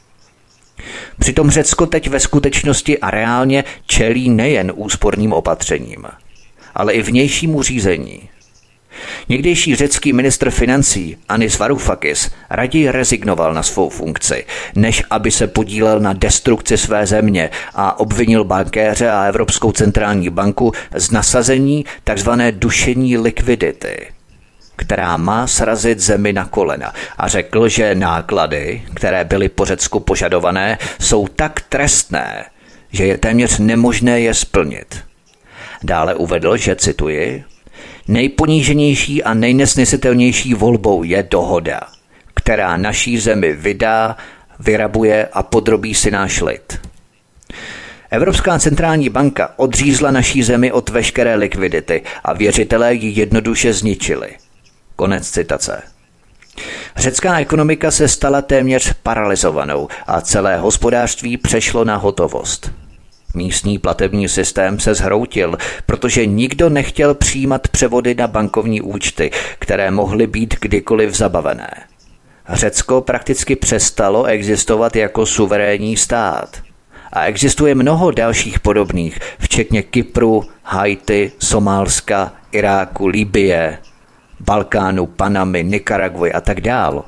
Přitom Řecko teď ve skutečnosti a reálně čelí nejen úsporným opatřením, ale i vnějšímu řízení. Někdejší řecký ministr financí Anis Varoufakis raději rezignoval na svou funkci, než aby se podílel na destrukci své země a obvinil bankéře a Evropskou centrální banku z nasazení tzv. Dušení likvidity, která má srazit zemi na kolena, a řekl, že náklady, které byly po Řecku požadované, jsou tak trestné, že je téměř nemožné je splnit. Dále uvedl, že, cituji, nejponíženější a nejnesnesitelnější volbou je dohoda, která naší zemi vydá, vyrabuje a podrobí si náš lid. Evropská centrální banka odřízla naší zemi od veškeré likvidity a věřitelé ji jednoduše zničili. Konec citace. Řecká ekonomika se stala téměř paralyzovanou a celé hospodářství přešlo na hotovost. Místní platební systém se zhroutil, protože nikdo nechtěl přijímat převody na bankovní účty, které mohly být kdykoliv zabavené. Řecko prakticky přestalo existovat jako suverénní stát. A existuje mnoho dalších podobných, včetně Kypru, Haiti, Somálska, Iráku, Libye, Balkánu, Panamy, Nikaraguy a tak dál.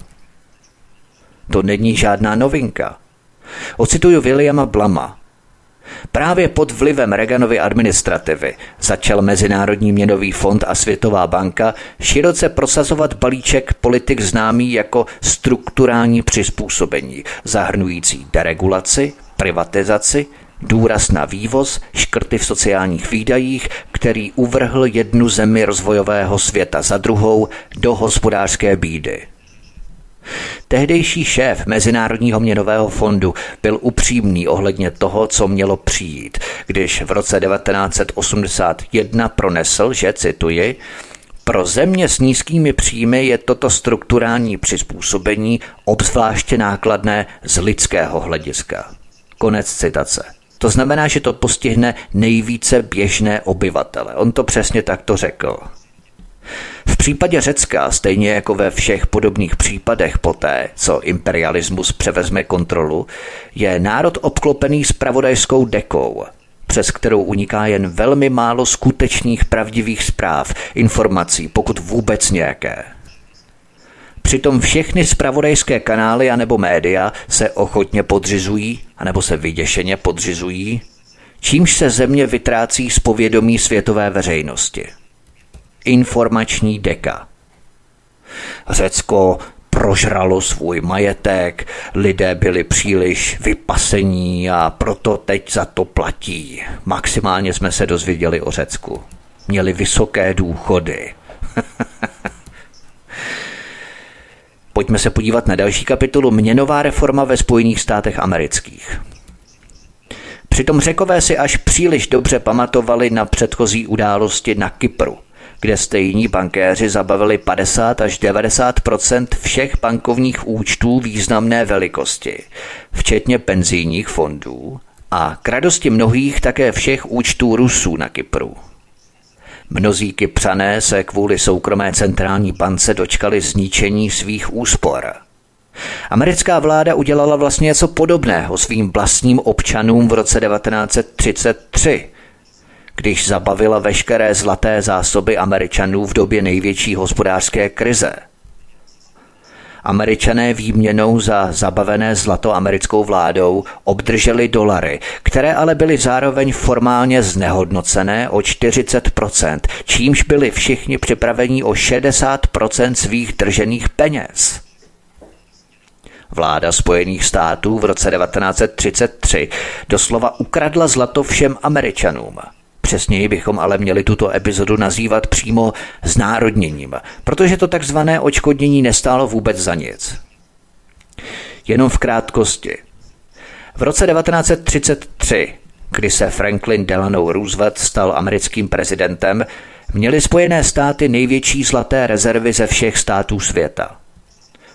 To není žádná novinka. Ocituju Williama Blama. Právě pod vlivem Reaganovy administrativy začal Mezinárodní měnový fond a Světová banka široce prosazovat balíček politik známý jako strukturální přizpůsobení, zahrnující deregulaci, privatizaci, důraz na vývoz, škrty v sociálních výdajích, který uvrhl jednu zemi rozvojového světa za druhou do hospodářské bídy. Tehdejší šéf Mezinárodního měnového fondu byl upřímný ohledně toho, co mělo přijít, když v roce 1981 pronesl, že, cituji, pro země s nízkými příjmy je toto strukturální přizpůsobení obzvláště nákladné z lidského hlediska. Konec citace. To znamená, že to postihne nejvíce běžné obyvatele. On to přesně takto řekl. V případě Řecka, stejně jako ve všech podobných případech poté, co imperialismus převezme kontrolu, je národ obklopený zpravodajskou dekou, přes kterou uniká jen velmi málo skutečných pravdivých zpráv, informací, pokud vůbec nějaké. Přitom všechny zpravodajské kanály anebo média se ochotně podřizují, anebo se vyděšeně podřizují, čímž se země vytrácí z povědomí světové veřejnosti. Informační deka. Řecko prožralo svůj majetek, lidé byli příliš vypasení a proto teď za to platí. Maximálně jsme se dozvěděli o Řecku. Měli vysoké důchody. Pojďme se podívat na další kapitolu Měnová reforma ve Spojených státech amerických. Přitom Řekové si až příliš dobře pamatovali na předchozí události na Kypru, kde stejní bankéři zabavili 50 až 90% všech bankovních účtů významné velikosti, včetně penzijních fondů a k radosti mnohých také všech účtů Rusů na Kypru. Mnozí Kypřané se kvůli soukromé centrální bance dočkali zničení svých úspor. Americká vláda udělala vlastně něco podobného svým vlastním občanům v roce 1933, když zabavila veškeré zlaté zásoby Američanů v době největší hospodářské krize. Američané výměnou za zabavené zlato americkou vládou obdrželi dolary, které ale byly zároveň formálně znehodnocené o 40%, čímž byli všichni připraveni o 60% svých držených peněz. Vláda Spojených států v roce 1933 doslova ukradla zlato všem Američanům. Přesněji bychom ale měli tuto epizodu nazývat přímo znárodněním, protože to takzvané odškodnění nestálo vůbec za nic. Jenom v krátkosti. V roce 1933, kdy se Franklin Delano Roosevelt stal americkým prezidentem, měly Spojené státy největší zlaté rezervy ze všech států světa.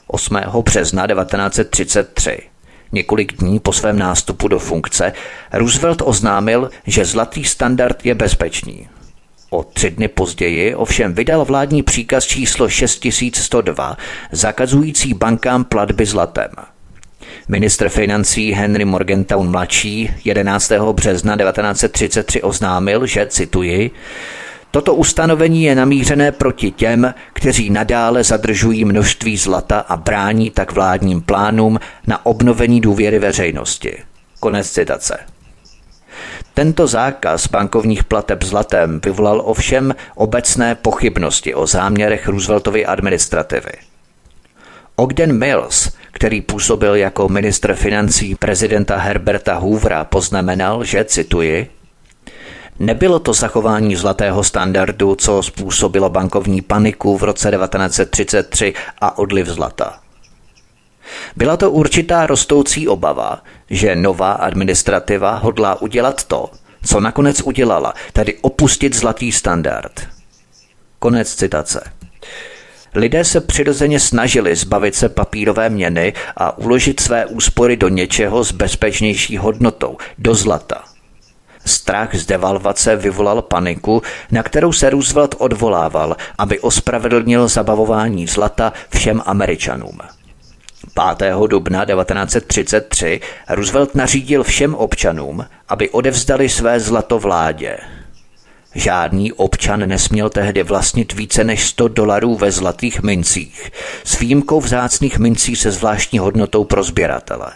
8. března 1933, několik dní po svém nástupu do funkce, Roosevelt oznámil, že zlatý standard je bezpečný. O 3 dny později ovšem vydal vládní příkaz číslo 6102 zakazující bankám platby zlatem. Ministr financí Henry Morgenthau mladší 11. března 1933 oznámil, že, cituji, toto ustanovení je namířené proti těm, kteří nadále zadržují množství zlata a brání tak vládním plánům na obnovení důvěry veřejnosti. Konec citace. Tento zákaz bankovních plateb zlatem vyvolal ovšem obecné pochybnosti o záměrech Rooseveltovy administrativy. Ogden Mills, který působil jako ministr financí prezidenta Herberta Hoovera, poznamenal, že, cituji, nebylo to zachování zlatého standardu, co způsobilo bankovní paniku v roce 1933 a odliv zlata. Byla to určitá rostoucí obava, že nová administrativa hodlá udělat to, co nakonec udělala, tedy opustit zlatý standard. Konec citace. Lidé se přirozeně snažili zbavit se papírové měny a uložit své úspory do něčeho s bezpečnější hodnotou, do zlata. Strach z devalvace vyvolal paniku, na kterou se Roosevelt odvolával, aby ospravedlnil zabavování zlata všem Američanům. 5. dubna 1933 Roosevelt nařídil všem občanům, aby odevzdali své zlato vládě. Žádný občan nesměl tehdy vlastnit více než $100 ve zlatých mincích, s výjimkou vzácných mincí se zvláštní hodnotou pro sběratele.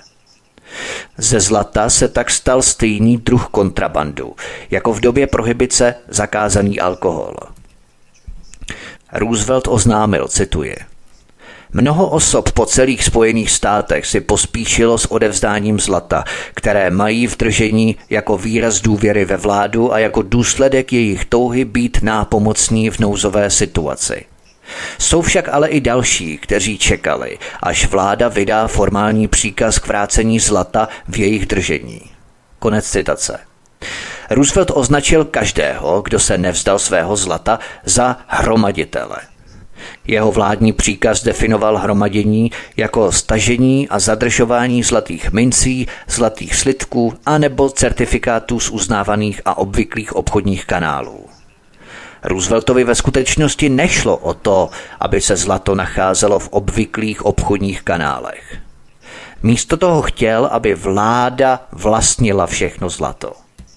Ze zlata se tak stal stejný druh kontrabandu, jako v době prohibice zakázaný alkohol. Roosevelt oznámil, cituji, mnoho osob po celých Spojených státech si pospíšilo s odevzdáním zlata, které mají v držení jako výraz důvěry ve vládu a jako důsledek jejich touhy být nápomocní v nouzové situaci. Jsou však ale i další, kteří čekali, až vláda vydá formální příkaz k vrácení zlata v jejich držení. Konec citace. Roosevelt označil každého, kdo se nevzdal svého zlata, za hromaditele. Jeho vládní příkaz definoval hromadění jako stažení a zadržování zlatých mincí, zlatých slitků a nebo certifikátů z uznávaných a obvyklých obchodních kanálů. Rooseveltovi ve skutečnosti nešlo o to, aby se zlato nacházelo v obvyklých obchodních kanálech. Místo toho chtěl, aby vláda vlastnila všechno zlato.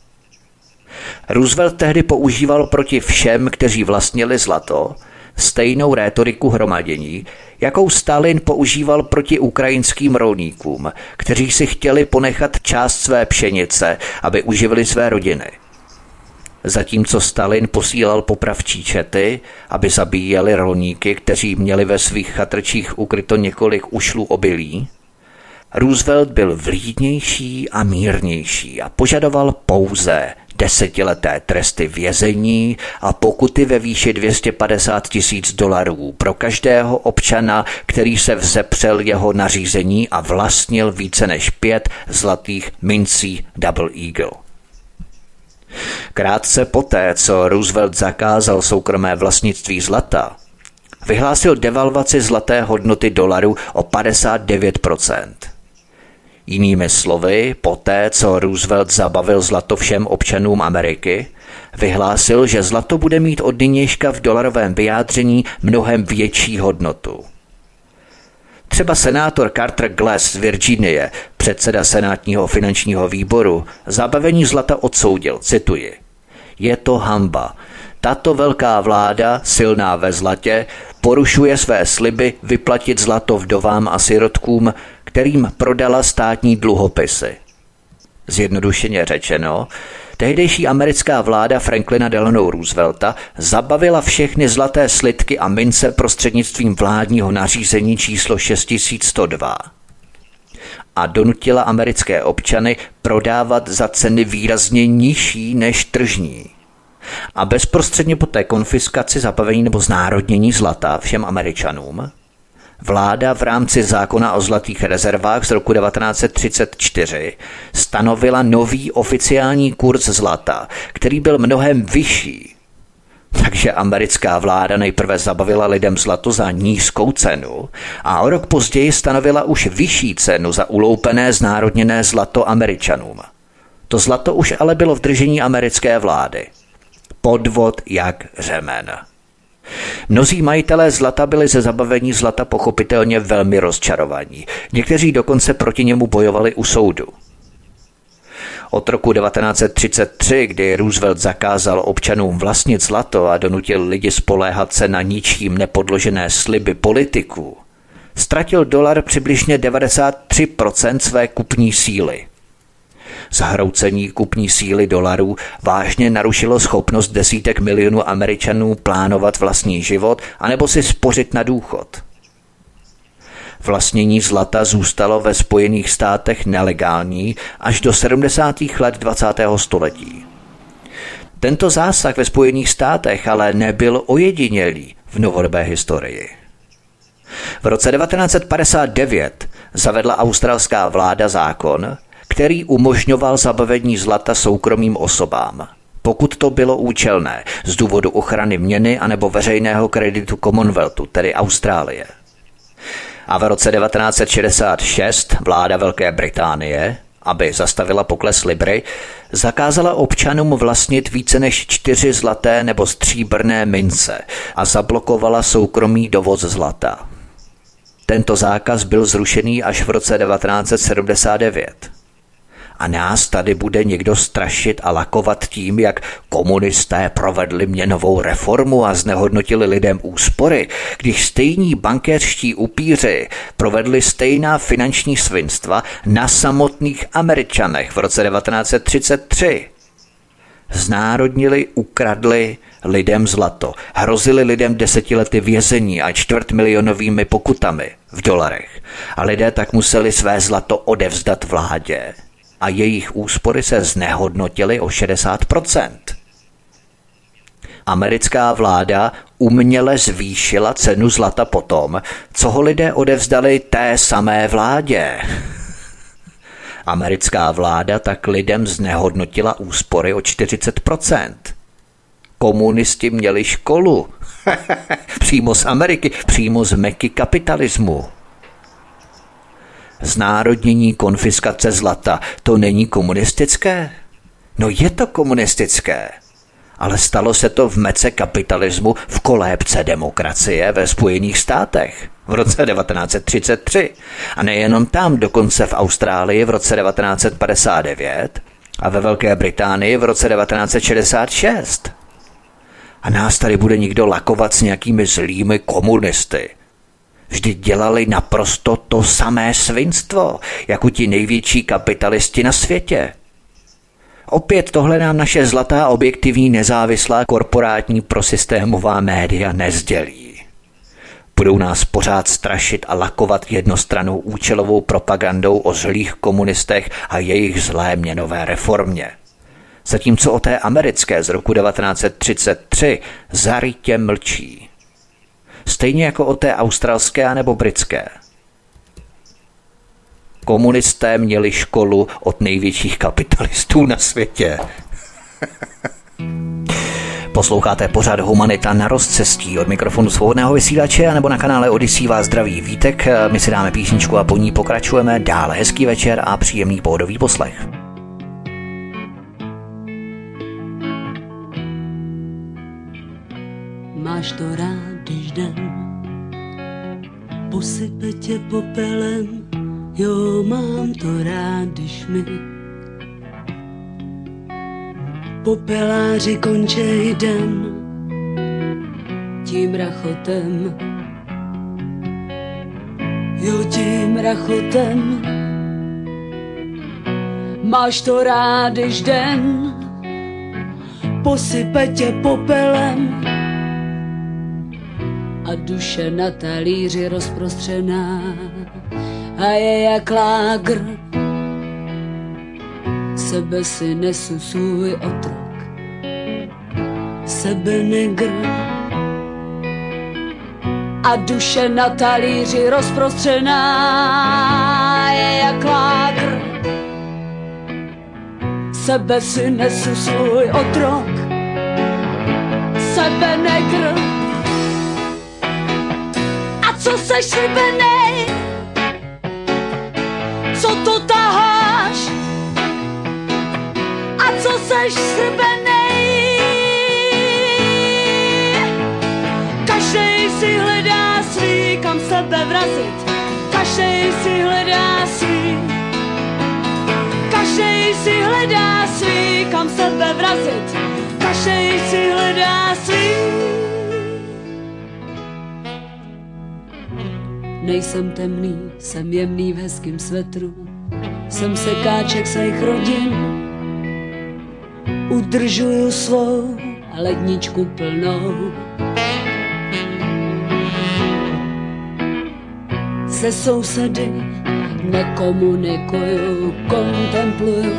Roosevelt tehdy používal proti všem, kteří vlastnili zlato, stejnou rétoriku hromadění, jakou Stalin používal proti ukrajinským rolníkům, kteří si chtěli ponechat část své pšenice, aby uživili své rodiny. Zatímco Stalin posílal popravčí čety, aby zabíjeli rolníky, kteří měli ve svých chatrčích ukryto několik ušlů obilí, Roosevelt byl vlídnější a mírnější a požadoval pouze 10leté tresty vězení a pokuty ve výši $250,000 pro každého občana, který se vzepřel jeho nařízení a vlastnil více než 5 zlatých mincí Double Eagle. Krátce poté, co Roosevelt zakázal soukromé vlastnictví zlata, vyhlásil devalvaci zlaté hodnoty dolaru o 59%. Jinými slovy, poté, co Roosevelt zabavil zlato všem občanům Ameriky, vyhlásil, že zlato bude mít od nynějška v dolarovém vyjádření mnohem větší hodnotu. Třeba senátor Carter Glass z Virginie, předseda senátního finančního výboru, zabavení zlata odsoudil, cituji. Je to hanba. Tato velká vláda, silná ve zlatě, porušuje své sliby vyplatit zlato vdovám a sirotkům, kterým prodala státní dluhopisy. Zjednodušeně řečeno, tehdejší americká vláda Franklina Delano Roosevelta zabavila všechny zlaté slitky a mince prostřednictvím vládního nařízení číslo 6102 a donutila americké občany prodávat za ceny výrazně nižší než tržní. A bezprostředně po té konfiskaci, zabavení nebo znárodnění zlata všem Američanům vláda v rámci zákona o zlatých rezervách z roku 1934 stanovila nový oficiální kurz zlata, který byl mnohem vyšší. Takže americká vláda nejprve zabavila lidem zlato za nízkou cenu a o rok později stanovila už vyšší cenu za uloupené znárodněné zlato Američanům. To zlato už ale bylo v držení americké vlády. Podvod jak řemen. Mnozí majitelé zlata byli ze zabavení zlata pochopitelně velmi rozčarovaní. Někteří dokonce proti němu bojovali u soudu. Od roku 1933, kdy Roosevelt zakázal občanům vlastnit zlato a donutil lidi spoléhat se na ničím nepodložené sliby politiků, ztratil dolar přibližně 93% své kupní síly. Zhroucení kupní síly dolarů vážně narušilo schopnost desítek milionů Američanů plánovat vlastní život anebo si spořit na důchod. Vlastnění zlata zůstalo ve Spojených státech nelegální až do 70. let 20. století. Tento zásah ve Spojených státech ale nebyl ojedinělý v novodobé historii. V roce 1959 zavedla australská vláda zákon, který umožňoval zabavení zlata soukromým osobám, pokud to bylo účelné, z důvodu ochrany měny anebo veřejného kreditu Commonwealthu, tedy Austrálie. A v roce 1966 vláda Velké Británie, aby zastavila pokles libry, zakázala občanům vlastnit více než 4 zlaté nebo stříbrné mince a zablokovala soukromý dovoz zlata. Tento zákaz byl zrušený až v roce 1979. A nás tady bude někdo strašit a lakovat tím, jak komunisté provedli měnovou reformu a znehodnotili lidem úspory, když stejní bankéřští upíři provedli stejná finanční svinstva na samotných Američanech v roce 1933. Znárodnili, ukradli lidem zlato, hrozili lidem 10 lety vězení a 250 000 pokutami v dolarech a lidé tak museli své zlato odevzdat vládě. A jejich úspory se znehodnotily o 60%. Americká vláda uměle zvýšila cenu zlata potom, co ho lidé odevzdali té samé vládě. Americká vláda tak lidem znehodnotila úspory o 40%. Komunisti měli školu. Přímo z Ameriky, přímo z Meky kapitalismu. Znárodnění konfiskace zlata, to není komunistické? No je to komunistické, ale stalo se to v mece kapitalismu v kolébce demokracie ve Spojených státech v roce 1933 a nejenom tam, dokonce v Austrálii v roce 1959 a ve Velké Británii v roce 1966. A nás tady bude někdo lakovat s nějakými zlými komunisty. Vždyť dělali naprosto to samé svinstvo, jako ti největší kapitalisti na světě. Opět tohle nám naše zlatá objektivní nezávislá korporátní prosystémová média nezdělí. Budou nás pořád strašit a lakovat jednostrannou účelovou propagandou o zlých komunistech a jejich zlé měnové reformě. Zatímco o té americké z roku 1933 zarytě mlčí. Stejně jako o té australské nebo britské. Komunisté měli školu od největších kapitalistů na světě. Posloucháte pořad Humanita na rozcestí. Od mikrofonu Svobodného vysílače nebo na kanále Odyssey vás zdraví Vítek. My si dáme písničku a po ní pokračujeme dále. Hezký večer a příjemný pohodový poslech. Máš to rád, když den posype tě popelem. Jo, mám to rád, když mi popeláři končej den tím rachotem. Jo, tím rachotem. Máš to rád, když den posype tě popelem a duše na talíři rozprostřená a je jak lágr. Sebe si nesu svůj otrok, sebe negr a duše na talíři rozprostřená je jak lágr. Sebe si nesu svůj otrok, sebe negr. A co seš srbenej? Co to taháš? A co seš srbenej? Každej si hledá svý, kam sebe vrazit. Každej si hledá svý. Každej si hledá svý, kam sebe vrazit. Každej si hledá svý. Nejsem temný, jsem jemný v hezkým svetru. Jsem sekáček svých rodin. Udržuju svou ledničku plnou. Se sousedy nekomunikuju, kontempluju.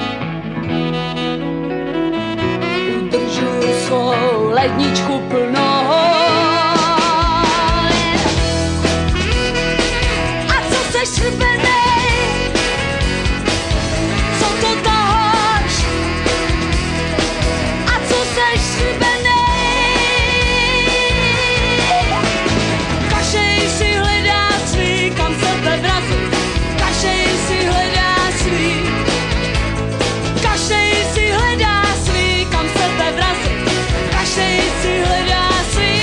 Udržuju svou ledničku plnou. A co seš srbenej? Co to taháš? A co seš srbenej? Každej si hledá svý, kam sebe vrazit. Každej si hledá svý. Každej si hledá svý, kam sebe vrazit. Každej si hledá svý.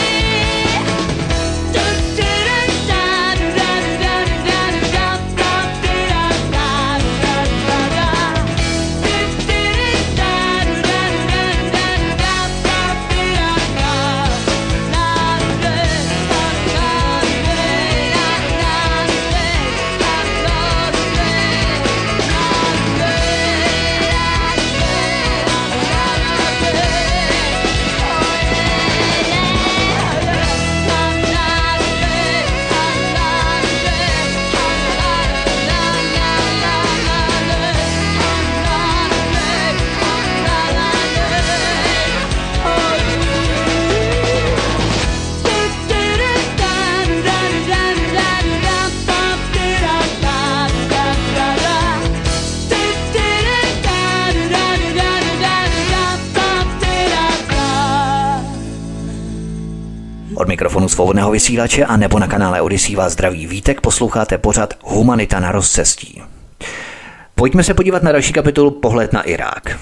Od mikrofonu Svobodného vysílače a nebo na kanále Odyssey vás zdraví Vítek, posloucháte pořad Humanita na rozcestí. Pojďme se podívat na další kapitolu Pohled na Irák.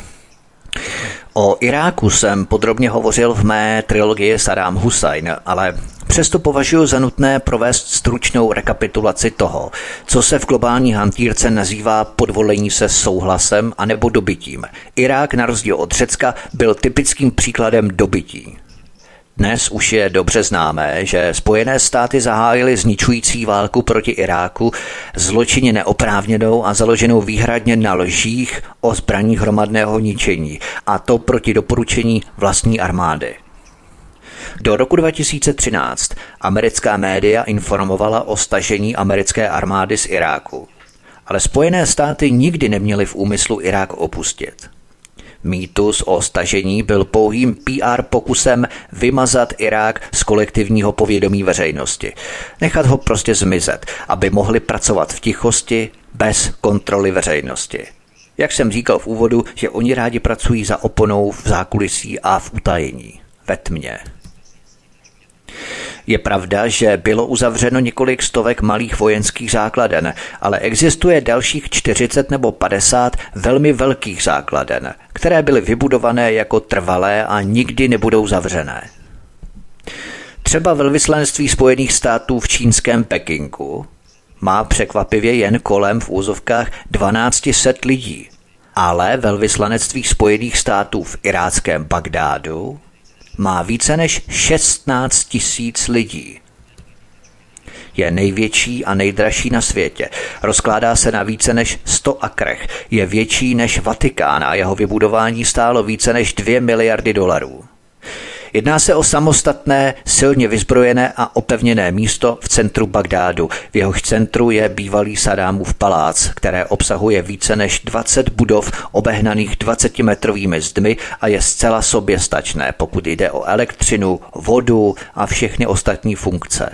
O Iráku jsem podrobně hovořil v mé trilogii Saddam Hussein, ale přesto považuji za nutné provést stručnou rekapitulaci toho, co se v globální hantýrce nazývá podvolení se souhlasem anebo dobytím. Irák na rozdíl od Řecka byl typickým příkladem dobytí. Dnes už je dobře známé, že Spojené státy zahájily zničující válku proti Iráku, zločině neoprávněnou a založenou výhradně na lžích o zbraních hromadného ničení, a to proti doporučení vlastní armády. Do roku 2013 americká média informovala o stažení americké armády z Iráku, ale Spojené státy nikdy neměly v úmyslu Irák opustit. Mýtus o stažení byl pouhým PR pokusem vymazat Irák z kolektivního povědomí veřejnosti. Nechat ho prostě zmizet, aby mohli pracovat v tichosti, bez kontroly veřejnosti. Jak jsem říkal v úvodu, že oni rádi pracují za oponou v zákulisí a v utajení, ve tmě. Je pravda, že bylo uzavřeno několik stovek malých vojenských základen, ale existuje dalších 40 nebo 50 velmi velkých základen, které byly vybudované jako trvalé a nikdy nebudou zavřené. Třeba velvyslanectví Spojených států v čínském Pekingu má překvapivě jen kolem v úzovkách 1200 lidí, ale velvyslanectví Spojených států v iráckém Bagdádu má více než 16 000 lidí. Je největší a nejdražší na světě. Rozkládá se na více než 100 akrech. Je větší než Vatikán a jeho vybudování stálo více než $2 miliardy. Jedná se o samostatné, silně vyzbrojené a opevněné místo v centru Bagdádu. V jehož centru je bývalý Saddámův palác, které obsahuje více než 20 budov obehnaných 20metrovými zdmi a je zcela soběstačné, pokud jde o elektřinu, vodu a všechny ostatní funkce.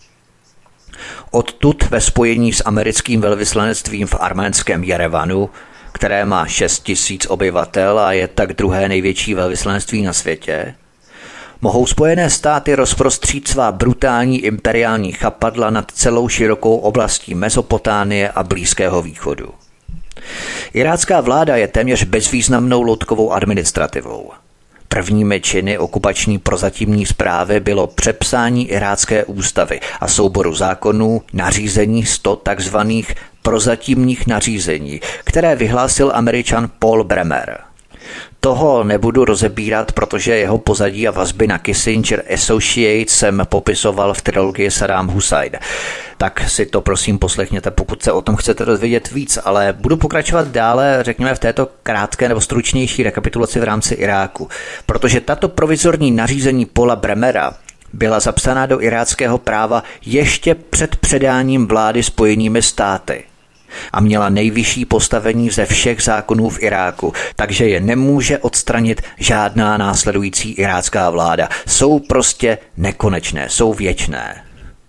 Odtud ve spojení s americkým velvyslanectvím v arménském Jerevanu, které má 6 000 obyvatel a je tak druhé největší velvyslanectví na světě, mohou Spojené státy rozprostřít svá brutální imperiální chapadla nad celou širokou oblastí Mezopotámie a Blízkého východu. Irácká vláda je téměř bezvýznamnou loutkovou administrativou. Prvními činy okupační prozatímní správy bylo přepsání irácké ústavy a souboru zákonů nařízení 100 takzvaných prozatímních nařízení, které vyhlásil Američan Paul Bremer. Toho nebudu rozebírat, protože jeho pozadí a vazby na Kissinger Associates jsem popisoval v trilogii Saddam Hussein. Tak si to prosím poslechněte, pokud se o tom chcete dozvědět víc, ale budu pokračovat dále, řekněme v této krátké nebo stručnější rekapitulaci v rámci Iráku, protože tato provizorní nařízení Paula Bremera byla zapsaná do iráckého práva ještě před předáním vlády Spojenými státy a měla nejvyšší postavení ze všech zákonů v Iráku, takže je nemůže odstranit žádná následující irácká vláda. Jsou prostě nekonečné, jsou věčné.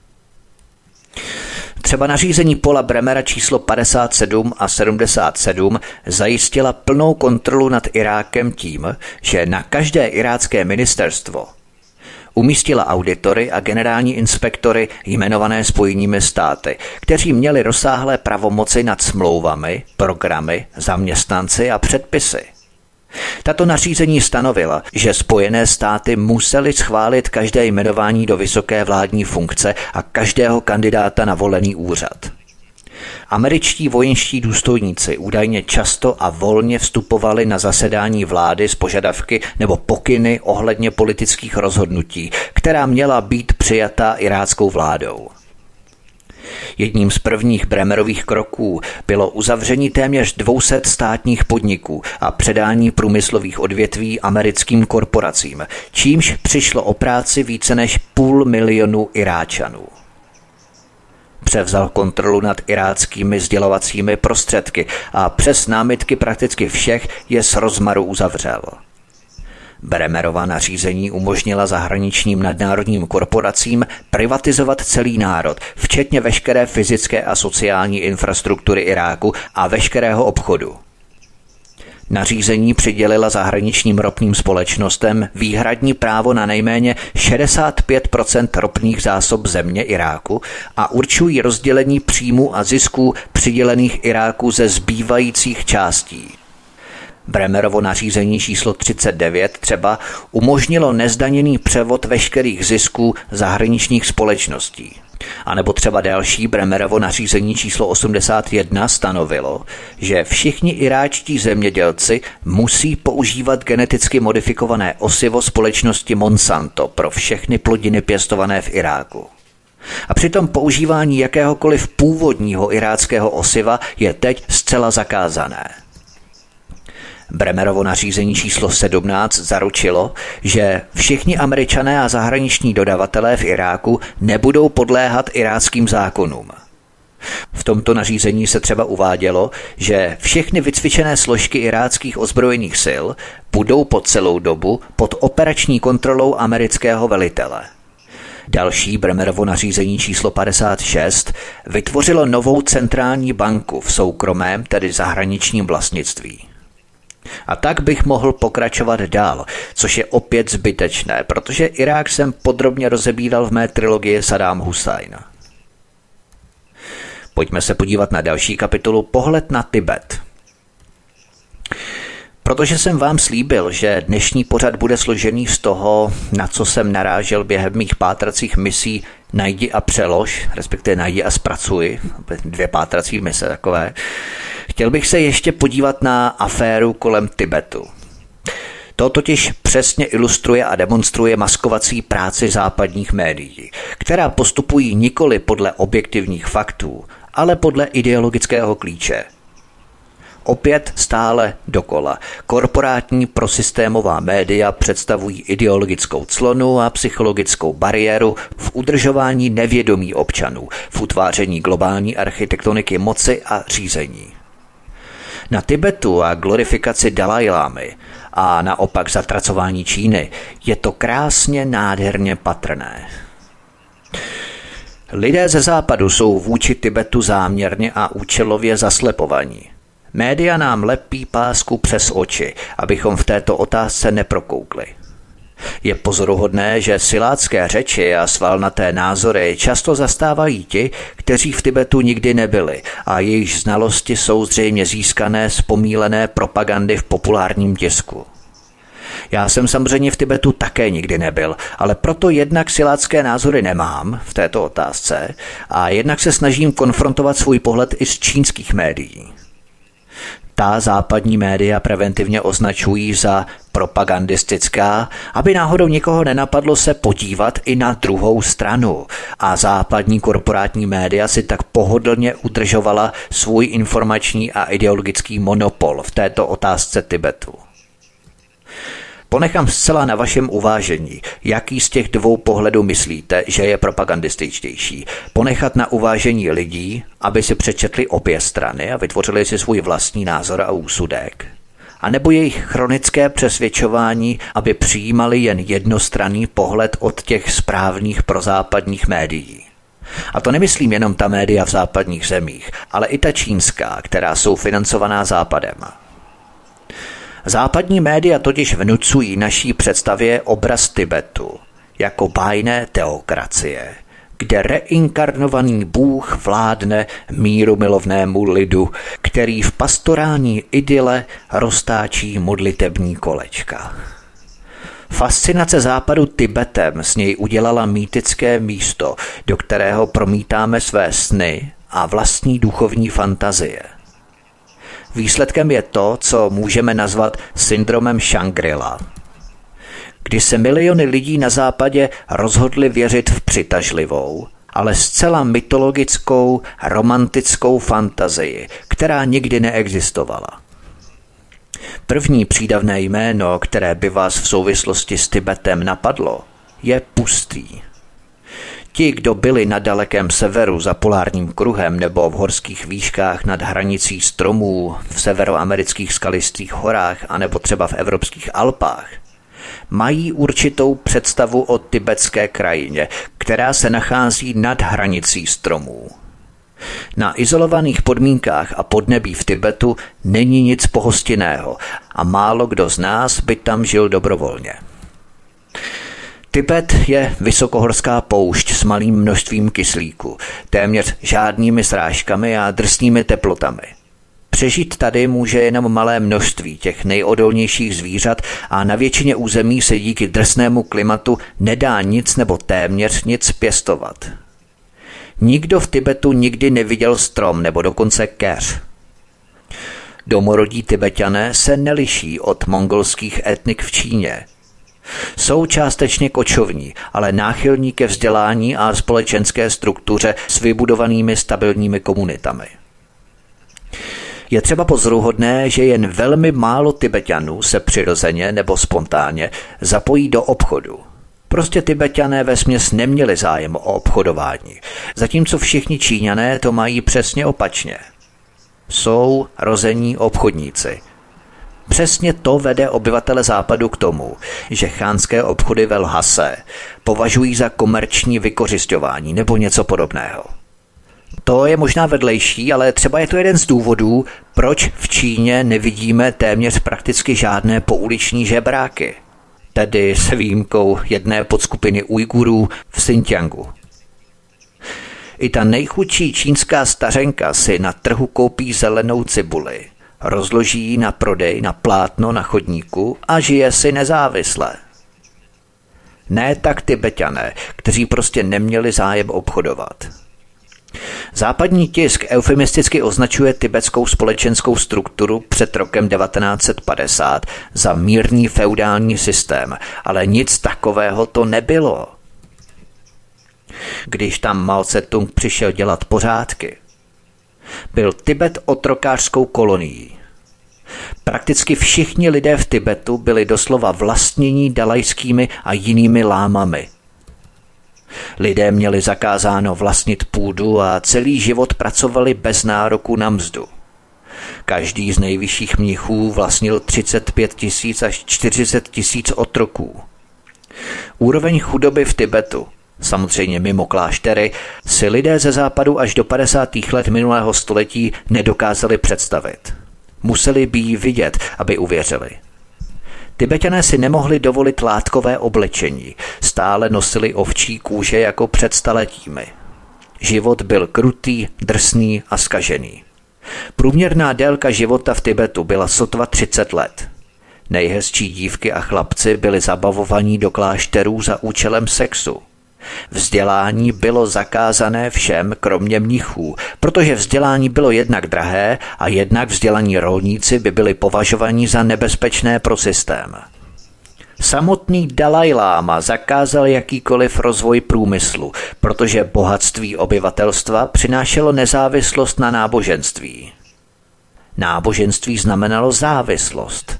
Třeba nařízení Paula Bremera číslo 57 a 77 zajistila plnou kontrolu nad Irákem tím, že na každé irácké ministerstvo umístila auditory a generální inspektory jmenované Spojenými státy, kteří měli rozsáhlé pravomoci nad smlouvami, programy, zaměstnanci a předpisy. Tato nařízení stanovila, že Spojené státy musely schválit každé jmenování do vysoké vládní funkce a každého kandidáta na volený úřad. Američtí vojenští důstojníci údajně často a volně vstupovali na zasedání vlády s požadavky nebo pokyny ohledně politických rozhodnutí, která měla být přijata iráckou vládou. Jedním z prvních Bremerových kroků bylo uzavření téměř 200 státních podniků a předání průmyslových odvětví americkým korporacím, čímž přišlo o práci více než 500 000 Iráčanů. Převzal kontrolu nad iráckými sdělovacími prostředky a přes námitky prakticky všech je z rozmaru uzavřel. Bremerova nařízení umožnila zahraničním nadnárodním korporacím privatizovat celý národ, včetně veškeré fyzické a sociální infrastruktury Iráku a veškerého obchodu. Nařízení přidělila zahraničním ropným společnostem výhradní právo na nejméně 65% ropných zásob země Iráku a určují rozdělení příjmů a zisků přidělených Iráku ze zbývajících částí. Bremerovo nařízení číslo 39 třeba umožnilo nezdaněný převod veškerých zisků zahraničních společností. A nebo třeba další Bremerovo nařízení číslo 81 stanovilo, že všichni iráčtí zemědělci musí používat geneticky modifikované osivo společnosti Monsanto pro všechny plodiny pěstované v Iráku. A přitom používání jakéhokoliv původního iráckého osiva je teď zcela zakázané. Bremerovo nařízení číslo 17 zaručilo, že všichni Američané a zahraniční dodavatelé v Iráku nebudou podléhat iráckým zákonům. V tomto nařízení se třeba uvádělo, že všechny vycvičené složky iráckých ozbrojených sil budou po celou dobu pod operační kontrolou amerického velitele. Další Bremerovo nařízení číslo 56 vytvořilo novou centrální banku v soukromém, tedy zahraničním vlastnictví. A tak bych mohl pokračovat dál, což je opět zbytečné, protože Irák jsem podrobně rozebíral v mé trilogii Saddam Hussein. Pojďme se podívat na další kapitolu Pohled na Tibet. Protože jsem vám slíbil, že dnešní pořad bude složený z toho, na co jsem narážel během mých pátracích misí Najdi a přelož, respektive Najdi a zpracuj, 2 pátrací mise takové, chtěl bych se ještě podívat na aféru kolem Tibetu. To totiž přesně ilustruje a demonstruje maskovací práci západních médií, která postupují nikoli podle objektivních faktů, ale podle ideologického klíče. Opět stále dokola. Korporátní prosystémová média představují ideologickou clonu a psychologickou bariéru v udržování nevědomí občanů, v utváření globální architektoniky moci a řízení. Na Tibetu a glorifikaci Dalajlámy a naopak zatracování Číny je to krásně nádherně patrné. Lidé ze západu jsou vůči Tibetu záměrně a účelově zaslepovaní. Média nám lepí pásku přes oči, abychom v této otázce neprokoukli. Je pozoruhodné, že silácké řeči a svalnaté názory často zastávají ti, kteří v Tibetu nikdy nebyli a jejich znalosti jsou zřejmě získané z pomílené propagandy v populárním tisku. Já jsem samozřejmě v Tibetu také nikdy nebyl, ale proto jednak silácké názory nemám v této otázce a jednak se snažím konfrontovat svůj pohled i z čínských médií. Ta západní média preventivně označují za propagandistická, aby náhodou nikoho nenapadlo se podívat i na druhou stranu. A západní korporátní média si tak pohodlně udržovala svůj informační a ideologický monopol v této otázce Tibetu. Ponechám zcela na vašem uvážení, jaký z těch dvou pohledů myslíte, že je propagandističtější. Ponechat na uvážení lidí, aby si přečetli obě strany a vytvořili si svůj vlastní názor a úsudek. A nebo jejich chronické přesvědčování, aby přijímali jen jednostranný pohled od těch správných prozápadních médií. A to nemyslím jenom ta média v západních zemích, ale i ta čínská, která jsou financovaná Západem. Západní média totiž vnucují naší představě obraz Tibetu jako bájné teokracie, kde reinkarnovaný Bůh vládne mírumilovnému lidu, který v pastorální idyle roztáčí modlitební kolečka. Fascinace Západu Tibetem z něj udělala mýtické místo, do kterého promítáme své sny a vlastní duchovní fantazie. Výsledkem je to, co můžeme nazvat syndromem Shangri-La, kdy se miliony lidí na západě rozhodli věřit v přitažlivou, ale zcela mytologickou, romantickou fantazii, která nikdy neexistovala. První přídavné jméno, které by vás v souvislosti s Tibetem napadlo, je pustý. Ti, kdo byli na dalekém severu za polárním kruhem nebo v horských výškách nad hranicí stromů v severoamerických skalistých horách anebo třeba v evropských Alpách, mají určitou představu o tibetské krajině, která se nachází nad hranicí stromů. Na izolovaných podmínkách a podnebí v Tibetu není nic pohostinného a málo kdo z nás by tam žil dobrovolně. Tibet je vysokohorská poušť s malým množstvím kyslíku, téměř žádnými srážkami a drsnými teplotami. Přežít tady může jenom malé množství těch nejodolnějších zvířat a na většině území se díky drsnému klimatu nedá nic nebo téměř nic pěstovat. Nikdo v Tibetu nikdy neviděl strom nebo dokonce keř. Domorodí Tibetané se neliší od mongolských etnik v Číně. Jsou částečně kočovní, ale náchylní ke vzdělání a společenské struktuře s vybudovanými stabilními komunitami. Je třeba pozoruhodné, že jen velmi málo Tibeťanů se přirozeně nebo spontánně zapojí do obchodu. Prostě Tibetané vesměs neměli zájem o obchodování, zatímco všichni Číňané to mají přesně opačně. Jsou rození obchodníci. Přesně to vede obyvatele západu k tomu, že chánské obchody ve Lhase považují za komerční vykořisťování nebo něco podobného. To je možná vedlejší, ale třeba je to jeden z důvodů, proč v Číně nevidíme téměř prakticky žádné pouliční žebráky, tedy s výjimkou jedné podskupiny Ujgurů v Xinjiangu. I ta nejchudší čínská stařenka si na trhu koupí zelenou cibuli, rozloží ji na prodej na plátno na chodníku a žije si nezávisle. Ne tak Tibetané, kteří prostě neměli zájem obchodovat. Západní tisk eufemisticky označuje tibetskou společenskou strukturu před rokem 1950 za mírný feudální systém, ale nic takového to nebylo. Když tam Mao Tse-tung přišel dělat pořádky, byl Tibet otrokářskou kolonií. Prakticky všichni lidé v Tibetu byli doslova vlastnění dalajskými a jinými lámami. Lidé měli zakázáno vlastnit půdu a celý život pracovali bez nároku na mzdu. Každý z nejvyšších mnichů vlastnil 35 000 až 40 000 otroků. Úroveň chudoby v Tibetu, samozřejmě mimo kláštery, si lidé ze západu až do 50. let minulého století nedokázali představit. Museli by ji vidět, aby uvěřili. Tibetané si nemohli dovolit látkové oblečení, stále nosili ovčí kůže jako před staletími. Život byl krutý, drsný a zkažený. Průměrná délka života v Tibetu byla sotva 30 let. Nejhezčí dívky a chlapci byli zabavovaní do klášterů za účelem sexu. Vzdělání bylo zakázané všem, kromě mnichů, protože vzdělání bylo jednak drahé a jednak vzdělaní rolníci by byli považovaní za nebezpečné pro systém. Samotný Dalaj Láma zakázal jakýkoliv rozvoj průmyslu, protože bohatství obyvatelstva přinášelo nezávislost na náboženství. Náboženství znamenalo závislost.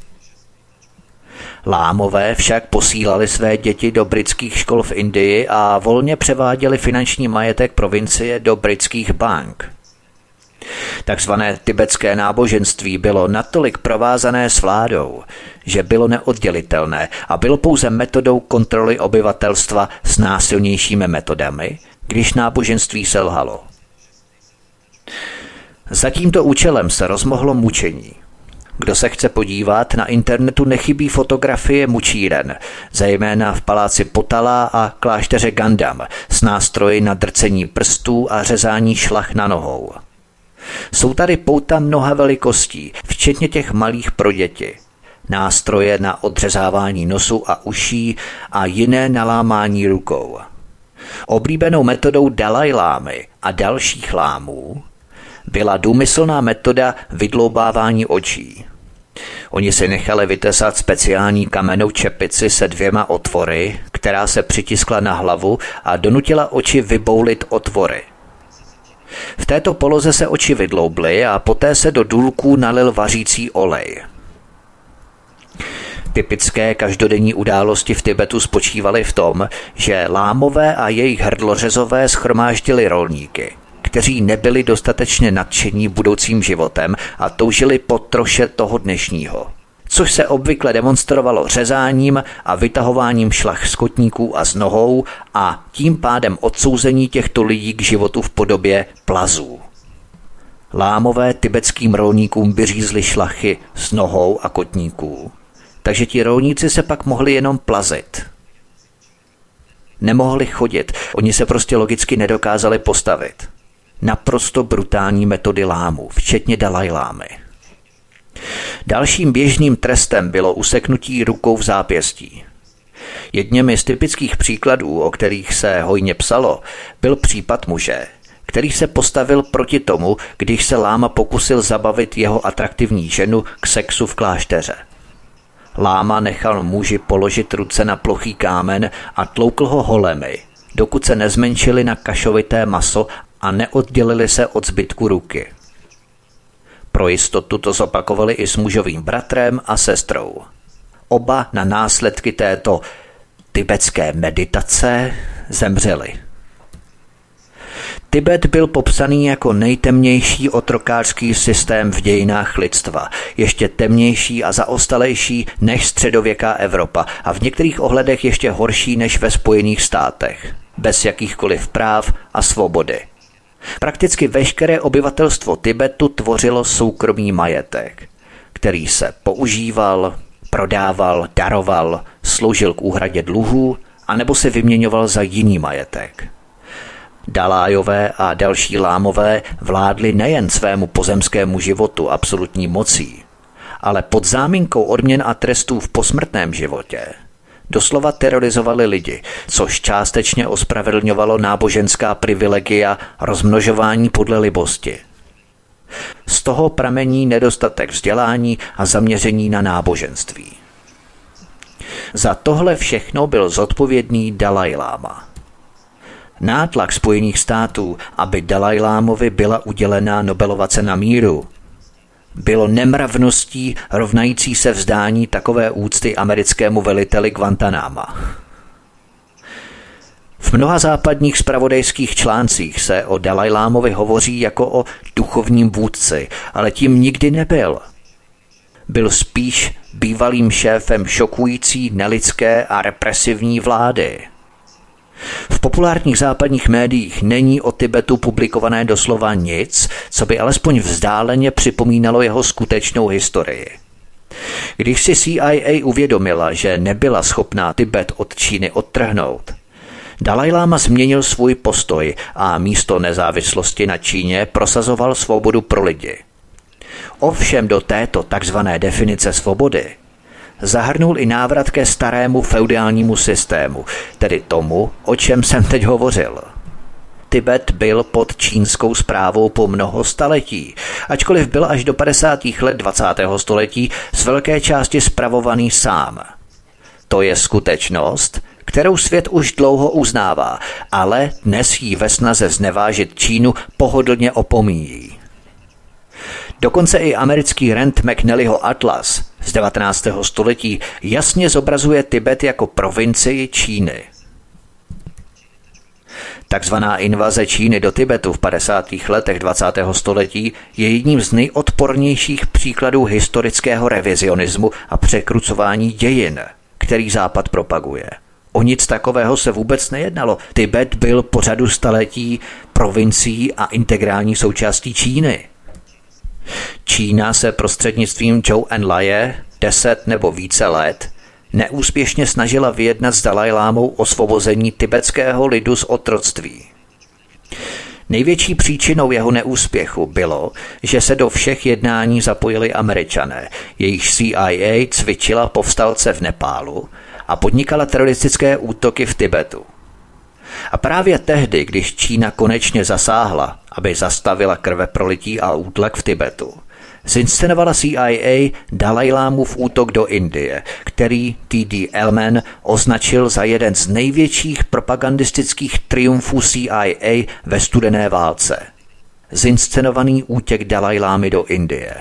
Lámové však posílali své děti do britských škol v Indii a volně převáděli finanční majetek provincie do britských bank. Takzvané tibetské náboženství bylo natolik provázané s vládou, že bylo neoddělitelné a bylo pouze metodou kontroly obyvatelstva s násilnějšími metodami, když náboženství selhalo. Za tímto účelem se rozmohlo mučení. Kdo se chce podívat, na internetu nechybí fotografie mučíren, zejména v paláci Potala a klášteře Gandam s nástroji na drcení prstů a řezání šlach na nohou. Jsou tady pouta mnoha velikostí, včetně těch malých pro děti. Nástroje na odřezávání nosu a uší a jiné na lámání rukou. Oblíbenou metodou Dalaj Lámy a dalších lámů byla důmyslná metoda vydloubávání očí. Oni si nechali vytesat speciální kamennou čepici se 2 otvory, která se přitiskla na hlavu a donutila oči vyboulit otvory. V této poloze se oči vydloubly a poté se do důlků nalil vařící olej. Typické každodenní události v Tibetu spočívaly v tom, že lámové a jejich hrdlořezové shromáždili rolníky, kteří nebyli dostatečně nadšení budoucím životem a toužili po troše toho dnešního, což se obvykle demonstrovalo řezáním a vytahováním šlach z kotníků a z nohou a tím pádem odsouzení těchto lidí k životu v podobě plazů. Lámové tibetským rolníkům vyřízli šlachy z nohou a kotníků, takže ti rolníci se pak mohli jenom plazit. Nemohli chodit, oni se prostě logicky nedokázali postavit. Naprosto brutální metody lámů, včetně Dalaj Lámy. Dalším běžným trestem bylo useknutí rukou v zápěstí. Jedním z typických příkladů, o kterých se hojně psalo, byl případ muže, který se postavil proti tomu, když se láma pokusil zabavit jeho atraktivní ženu k sexu v klášteře. Láma nechal muži položit ruce na plochý kámen a tloukl ho holemi, dokud se nezmenšili na kašovité maso a neoddělili se od zbytku ruky. Pro jistotu to zopakovali i s mužovým bratrem a sestrou. Oba na následky této tibetské meditace zemřeli. Tibet byl popsaný jako nejtemnější otrokářský systém v dějinách lidstva, ještě temnější a zaostalejší než středověká Evropa a v některých ohledech ještě horší než ve Spojených státech, bez jakýchkoliv práv a svobody. Prakticky veškeré obyvatelstvo Tibetu tvořilo soukromý majetek, který se používal, prodával, daroval, sloužil k úhradě dluhů anebo se vyměňoval za jiný majetek. Dalájové a další lámové vládli nejen svému pozemskému životu absolutní mocí, ale pod záminkou odměn a trestů v posmrtném životě doslova terorizovali lidi, což částečně ospravedlňovalo náboženská privilegia rozmnožování podle libosti. Z toho pramení nedostatek vzdělání a zaměření na náboženství. Za tohle všechno byl zodpovědný Dalaj Láma. Nátlak Spojených států, aby Dalaj Lámovi byla udělená Nobelova cena míru, bylo nemravností rovnající se vzdání takové úcty americkému veliteli Guantanama. V mnoha západních zpravodajských článcích se o Dalaj Lámovi hovoří jako o duchovním vůdci, ale tím nikdy nebyl. Byl spíš bývalým šéfem šokující, nelidské a represivní vlády. V populárních západních médiích není o Tibetu publikované doslova nic, co by alespoň vzdáleně připomínalo jeho skutečnou historii. Když si CIA uvědomila, že nebyla schopná Tibet od Číny odtrhnout, Dalajláma změnil svůj postoj a místo nezávislosti na Číně prosazoval svobodu pro lidi. Ovšem do této takzvané definice svobody zahrnul i návrat ke starému feudálnímu systému, tedy tomu, o čem jsem teď hovořil. Tibet byl pod čínskou správou po mnoho staletí, ačkoliv byl až do 50. let 20. století z velké části spravovaný sám. To je skutečnost, kterou svět už dlouho uznává, ale dnes jí ve snaze znevážit Čínu pohodlně opomíjí. Dokonce i americký Rand McNallyho atlas z 19. století jasně zobrazuje Tibet jako provincii Číny. Takzvaná invaze Číny do Tibetu v 50. letech 20. století je jedním z nejodpornějších příkladů historického revizionismu a překrucování dějin, který Západ propaguje. O nic takového se vůbec nejednalo. Tibet byl po řadu staletí provincií a integrální součástí Číny. Čína se prostřednictvím Zhou Enlaje 10 nebo více let neúspěšně snažila vyjednat s Dalajlámou osvobození tibetského lidu z otroctví. Největší příčinou jeho neúspěchu bylo, že se do všech jednání zapojili Američané, jejich CIA cvičila povstalce v Nepálu a podnikala teroristické útoky v Tibetu. A právě tehdy, když Čína konečně zasáhla, aby zastavila krveprolití a útlak v Tibetu, zinscenovala CIA Dalajlámův útok do Indie, který T.D. Ellman označil za jeden z největších propagandistických triumfů CIA ve studené válce. Zinscenovaný útěk Dalajlámy do Indie.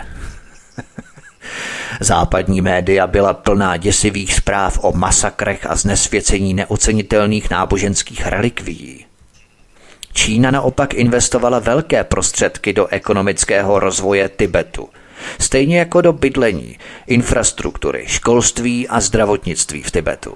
Západní média byla plná děsivých zpráv o masakrech a znesvěcení neocenitelných náboženských relikvií. Čína naopak investovala velké prostředky do ekonomického rozvoje Tibetu, stejně jako do bydlení, infrastruktury, školství a zdravotnictví v Tibetu.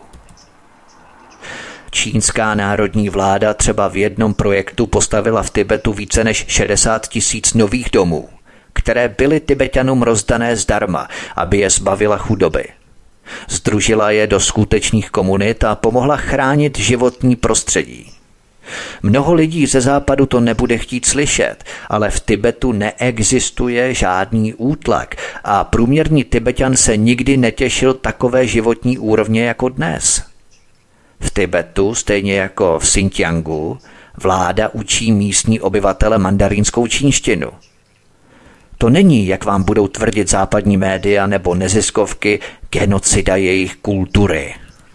Čínská národní vláda třeba v jednom projektu postavila v Tibetu více než 60 000 nových domů, které byly Tibeťanům rozdané zdarma, aby je zbavila chudoby. Sdružila je do skutečných komunit a pomohla chránit životní prostředí. Mnoho lidí ze západu to nebude chtít slyšet, ale v Tibetu neexistuje žádný útlak a průměrný Tibeťan se nikdy netěšil takové životní úrovně jako dnes. V Tibetu, stejně jako v Xinjiangu, vláda učí místní obyvatele mandarínskou čínštinu. To není, jak vám budou tvrdit západní média nebo neziskovky, genocida jejich kultury.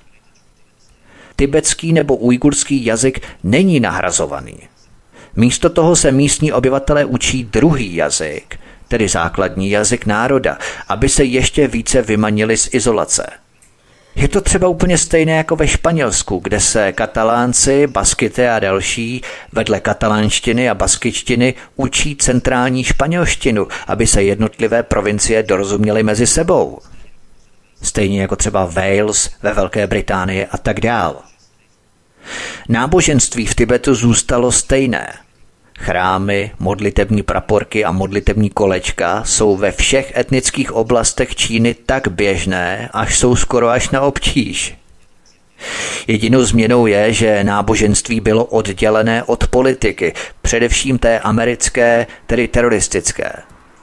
Tibetský nebo ujgurský jazyk není nahrazovaný. Místo toho se místní obyvatelé učí druhý jazyk, tedy základní jazyk národa, aby se ještě více vymanili z izolace. Je to třeba úplně stejné jako ve Španělsku, kde se Katalánci, Baskité a další vedle katalánštiny a baskičtiny učí centrální španělštinu, aby se jednotlivé provincie dorozuměly mezi sebou. Stejně jako třeba Wales ve Velké Británii a tak dál. Náboženství v Tibetu zůstalo stejné. Chrámy, modlitební praporky a modlitební kolečka jsou ve všech etnických oblastech Číny tak běžné, až jsou skoro až na obtíž. Jedinou změnou je, že náboženství bylo oddělené od politiky, především té americké, tedy teroristické.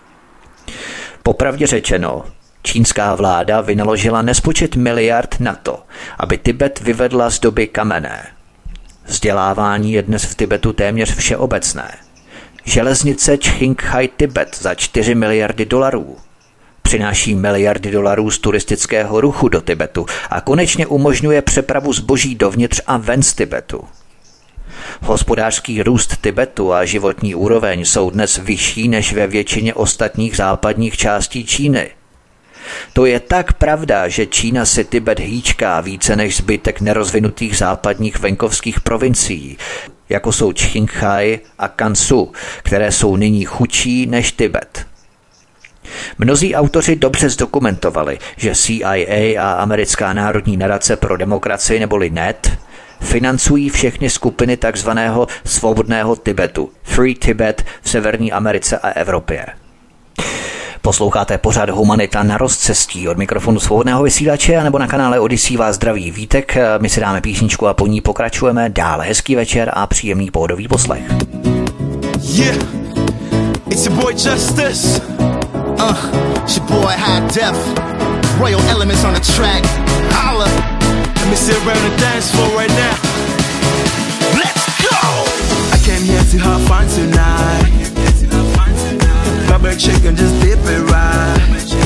Popravdě řečeno, čínská vláda vynaložila nespočet miliard na to, aby Tibet vyvedla z doby kamenné. Vzdělávání je dnes v Tibetu téměř všeobecné. Železnice Qinghai Tibet za 4 miliardy dolarů. Přináší miliardy dolarů z turistického ruchu do Tibetu a konečně umožňuje přepravu zboží dovnitř a ven z Tibetu. Hospodářský růst Tibetu a životní úroveň jsou dnes vyšší než ve většině ostatních západních částí Číny. To je tak pravda, že Čína si Tibet hýčká více než zbytek nerozvinutých západních venkovských provincií, jako jsou Qinghai a Gansu, které jsou nyní chudší než Tibet. Mnozí autoři dobře zdokumentovali, že CIA a americká národní nadace pro demokracii neboli NET financují všechny skupiny takzvaného svobodného Tibetu, Free Tibet v Severní Americe a Evropě. Posloucháte pořad Humanita na rozcestí. Od mikrofonu Svobodného vysílače a nebo na kanále Odyssey vás zdraví Vítek. My si dáme písničku a po ní pokračujeme dále. Hezký večer a příjemný pohodový poslech. Yeah, it's your boy Justice. It's your boy High Def. Royal Elements on the track. Holla. Let me sit around the dance floor right now. Let's go! I came here to have fun tonight. Barbecue chicken, just dip it right.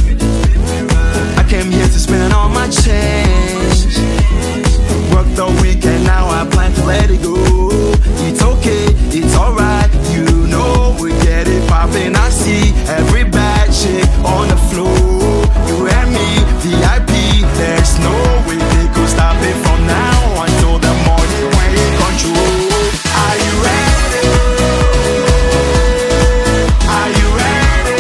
I came here to spend all my change. Worked all weekend, now I plan to let it go. It's okay, it's alright. You know we get it poppin'. I see every bad chick on the floor. You and me, VIP. There's no way they could stop it from now until the morning when it control. Are you ready? Are you ready?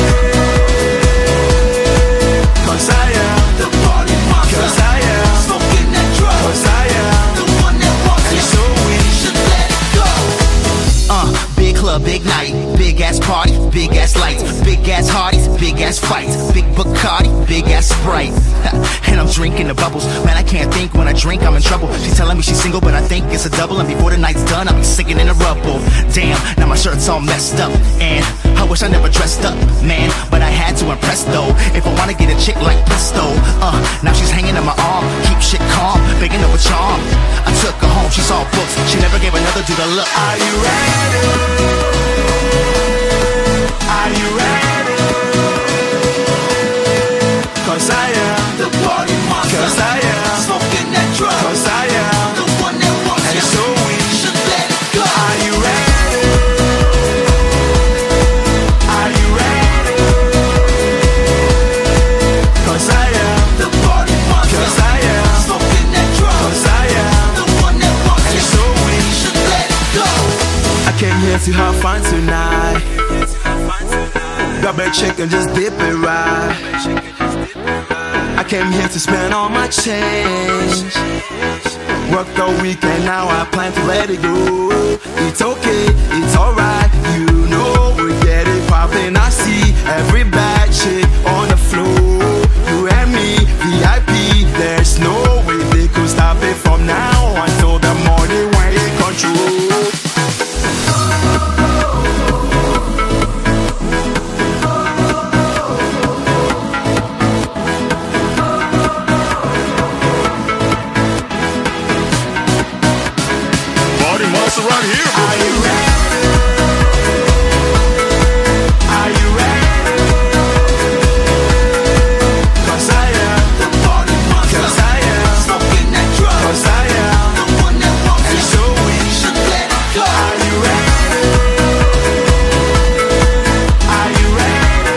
'Cause I am the party monster. 'Cause I am smoking that drug. 'Cause I am the one that wants it. And so we should let it go. Big club, big night, big ass party, big ass lights, big ass parties, big ass fights, big Bacardi, big ass Sprite. And I'm drinking the bubbles. Man, I can't think when I drink, I'm in trouble. She's telling me she's single, but I think it's a double. And before the night's done, I'll be sinking in the rubble. Damn, now my shirt's all messed up. And I wish I never dressed up, man, but I had to impress though. If I wanna get a chick like Presto, now she's hanging on my arm. Keep shit calm, begging of a charm. I took her home, she saw books. She never gave another dude a look. Are you ready? Are you ready? 'Cause I am the party monster. 'Cause I am smoking that drug. 'Cause I am the one that wants it. And so we should let it go. Are you ready? Are you ready? 'Cause I am the party monster. 'Cause I am smoking that drug. 'Cause I am the one that wants it. And so we should let it go. I came here to have fun tonight. Grab a chicken, just dip it right. I came here to spend all my change. Worked all weekend, now I plan to let it go. It's okay, it's alright. You know we get it poppin'. I see every bad chick on the floor. You and me, VIP. There's no way they could stop it from now until the morning when it control. Right here. Are you ready? Are you ready? 'Cause I am the party monster. 'Cause I am smoking that drug. 'Cause I am the one that wants it. And so we should let it go. Are you ready? Are you ready?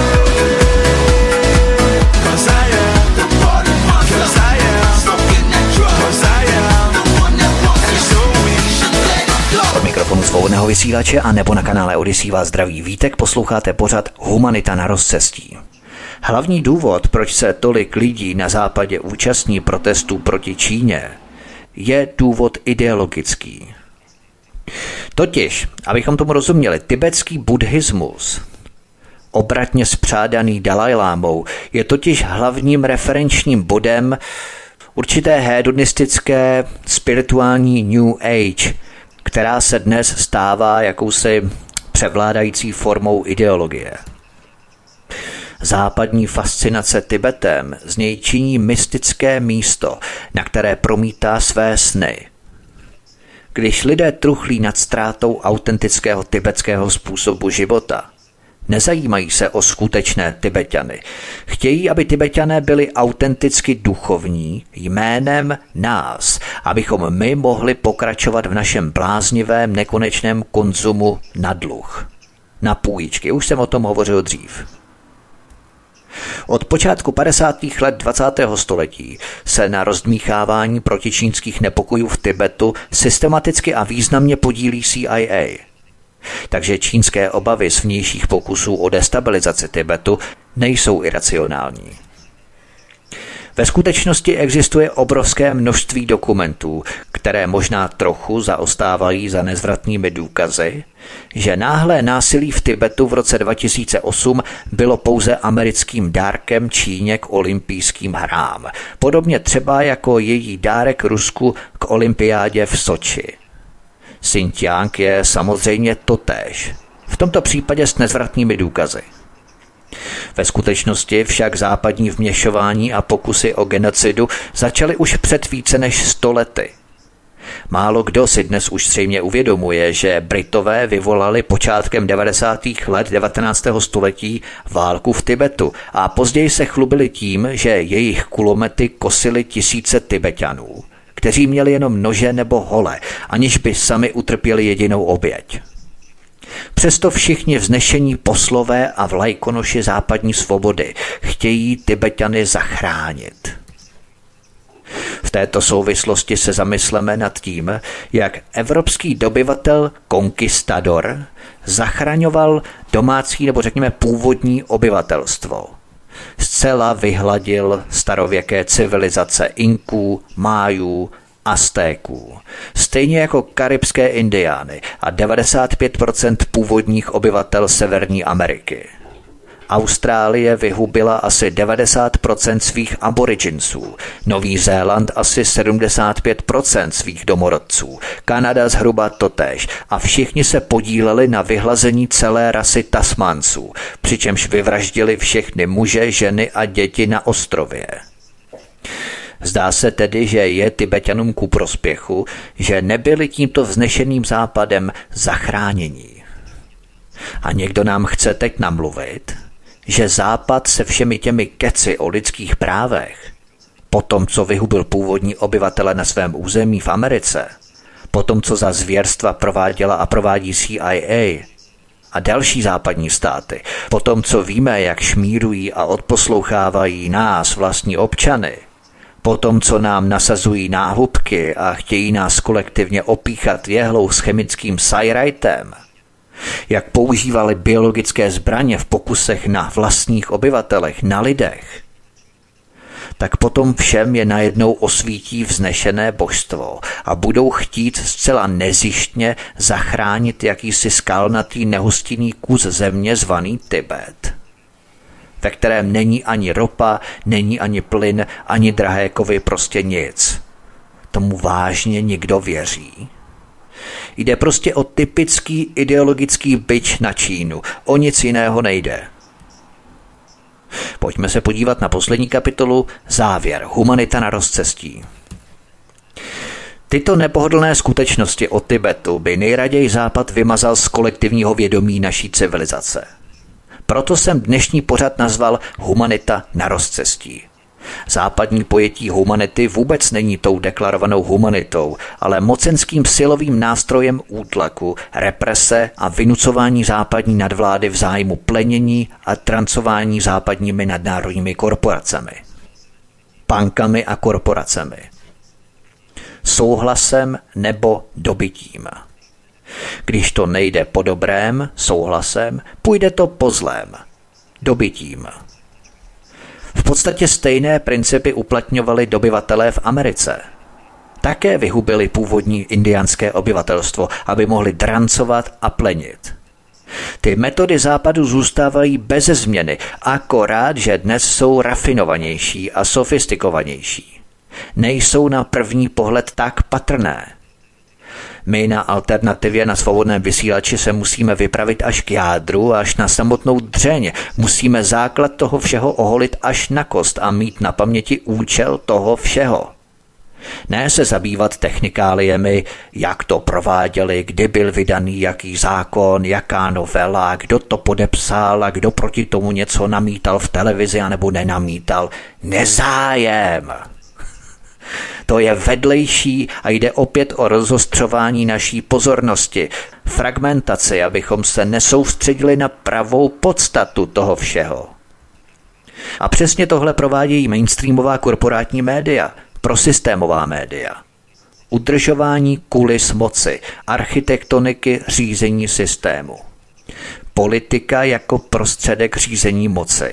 'Cause I am the party monster. 'Cause I am smoking that drug. 'Cause I am the one that wants it. And so we should let it go. Od mikrofonu Svobodného vysílače a nebo na kanále Odyssey vás zdraví Vítek, posloucháte pořad Humanita na rozcestí. Hlavní důvod, proč se tolik lidí na západě účastní protestů proti Číně, je důvod ideologický. Totiž, abychom tomu rozuměli, tibetský buddhismus, obratně spřádaný Dalajlámou, je totiž hlavním referenčním bodem určité hedonistické spirituální New Age, která se dnes stává jakousi převládající formou ideologie. Západní fascinace Tibetem z něj činí mystické místo, na které promítá své sny. Když lidé truchlí nad ztrátou autentického tibetského způsobu života, nezajímají se o skutečné Tibetany. Chtějí, aby Tibetané byli autenticky duchovní jménem nás, abychom my mohli pokračovat v našem bláznivém nekonečném konzumu na dluh. Na půjčky, už jsem o tom hovořil dřív. Od počátku 50. let 20. století se na rozdmíchávání protičínských nepokojů v Tibetu systematicky a významně podílí CIA. Takže čínské obavy z vnějších pokusů o destabilizaci Tibetu nejsou iracionální. Ve skutečnosti existuje obrovské množství dokumentů, které možná trochu zaostávají za nezvratnými důkazy, že náhlé násilí v Tibetu v roce 2008 bylo pouze americkým dárkem Číně k olympijským hrám. Podobně třeba jako její dárek Rusku k olympiádě v Soči. Xinjiang je samozřejmě totéž. V tomto případě s nezvratnými důkazy. Ve skutečnosti však západní vměšování a pokusy o genocidu začaly už před více než 100 lety. Málo kdo si dnes už zřejmě uvědomuje, že Britové vyvolali počátkem 90. let 19. století válku v Tibetu a později se chlubili tím, že jejich kulomety kosily tisíce Tibeťanů, kteří měli jenom nože nebo hole, aniž by sami utrpěli jedinou oběť. Přesto všichni vznešení poslové a vlajkonoši západní svobody chtějí Tibeťany zachránit. V této souvislosti se zamysleme nad tím, jak evropský dobyvatel konkistador zachraňoval domácí nebo řekněme původní obyvatelstvo. Zcela vyhladil starověké civilizace Inků, Májů, Aztéků, stejně jako karibské indiány a 95% původních obyvatel Severní Ameriky. Austrálie vyhubila asi 90% svých aboriginců, Nový Zéland asi 75% svých domorodců, Kanada zhruba totéž a všichni se podíleli na vyhlazení celé rasy Tasmánců, přičemž vyvraždili všechny muže, ženy a děti na ostrově. Zdá se tedy, že je Tibeťanům ku prospěchu, že nebyli tímto vznešeným západem zachránění. A někdo nám chce teď namluvit, že západ se všemi těmi keci o lidských právech, po tom, co vyhubil původní obyvatele na svém území v Americe, po tom, co za zvěrstva prováděla a provádí CIA a další západní státy, po tom, co víme, jak šmírují a odposlouchávají nás, vlastní občany, po tom, co nám nasazují náhubky a chtějí nás kolektivně opíchat jehlou s chemickým sajrajtem, jak používali biologické zbraně v pokusech na vlastních obyvatelech, na lidech, tak potom všem je najednou osvítí vznešené božstvo a budou chtít zcela nezištně zachránit jakýsi skalnatý nehostinný kus země zvaný Tibet, ve kterém není ani ropa, není ani plyn, ani drahé kovy, prostě nic. Tomu vážně nikdo věří. Jde prostě o typický ideologický bič na Čínu. O nic jiného nejde. Pojďme se podívat na poslední kapitolu, závěr, humanita na rozcestí. Tyto nepohodlné skutečnosti o Tibetu by nejraději Západ vymazal z kolektivního vědomí naší civilizace. Proto jsem dnešní pořad nazval Humanita na rozcestí. Západní pojetí humanity vůbec není tou deklarovanou humanitou, ale mocenským silovým nástrojem útlaku, represe a vynucování západní nadvlády v zájmu plenění a trancování západními nadnárodními korporacemi. Bankami a korporacemi. Souhlasem nebo dobytím. Když to nejde po dobrém, souhlasem, půjde to po zlém, dobytím. V podstatě stejné principy uplatňovali dobyvatelé v Americe. Také vyhubili původní indiánské obyvatelstvo, aby mohli drancovat a plenit. Ty metody západu zůstávají beze změny, akorát, že dnes jsou rafinovanější a sofistikovanější. Nejsou na první pohled tak patrné. My na Alternativě na svobodném vysílači se musíme vypravit až k jádru, až na samotnou dřeň. Musíme základ toho všeho oholit až na kost a mít na paměti účel toho všeho. Ne se zabývat technikáliemi, jak to prováděli, kdy byl vydaný jaký zákon, jaká novela, kdo to podepsal a kdo proti tomu něco namítal v televizi anebo nenamítal. Nezájem! To je vedlejší a jde opět o rozostřování naší pozornosti, fragmentaci, abychom se nesoustředili na pravou podstatu toho všeho. A přesně tohle provádějí mainstreamová korporátní média, prosystémová média. Udržování kulis moci, architektoniky řízení systému. Politika jako prostředek řízení moci.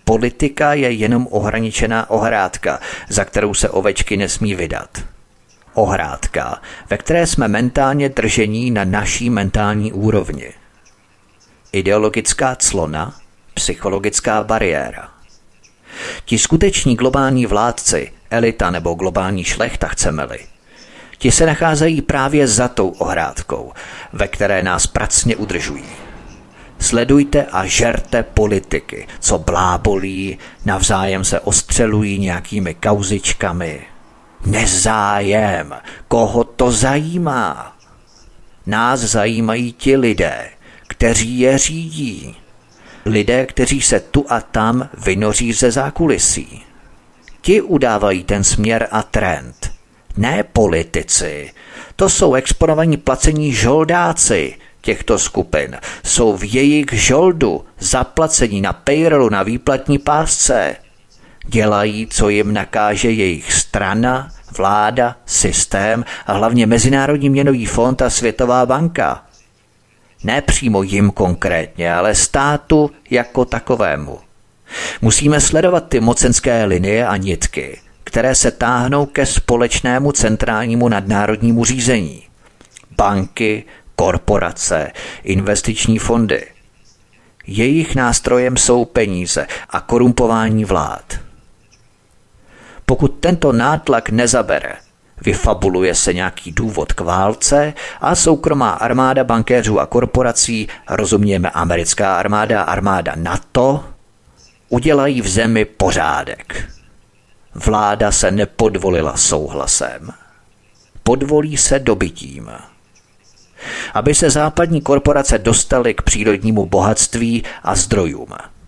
Politika je jenom ohraničená ohrádka, za kterou se ovečky nesmí vydat. Ohrádka, ve které jsme mentálně držení na naší mentální úrovni. Ideologická clona, psychologická bariéra. Ti skuteční globální vládci, elita nebo globální šlechta, chceme-li, ti se nacházejí právě za tou ohrádkou, ve které nás pracně udržují. Sledujte a žerte politiky, co blábolí, navzájem se ostřelují nějakými kauzičkami. Nezájem, koho to zajímá? Nás zajímají ti lidé, kteří je řídí. Lidé, kteří se tu a tam vynoří ze zákulisí. Ti udávají ten směr a trend. Ne politici. To jsou exponovaní placení žoldáci těchto skupin. Jsou v jejich žoldu, zaplacení na payrollu, na výplatní pásce. Dělají, co jim nakáže jejich strana, vláda, systém a hlavně Mezinárodní měnový fond a Světová banka. Ne přímo jim konkrétně, ale státu jako takovému. Musíme sledovat ty mocenské linie a nitky, které se táhnou ke společnému centrálnímu nadnárodnímu řízení. Banky, korporace, investiční fondy. Jejich nástrojem jsou peníze a korumpování vlád. Pokud tento nátlak nezabere, vyfabuluje se nějaký důvod k válce a soukromá armáda bankéřů a korporací, rozumějme americká armáda a armáda NATO, udělají v zemi pořádek. Vláda se nepodvolila souhlasem. Podvolí se dobytím. Aby se západní korporace dostaly k přírodnímu bohatství a zdrojům.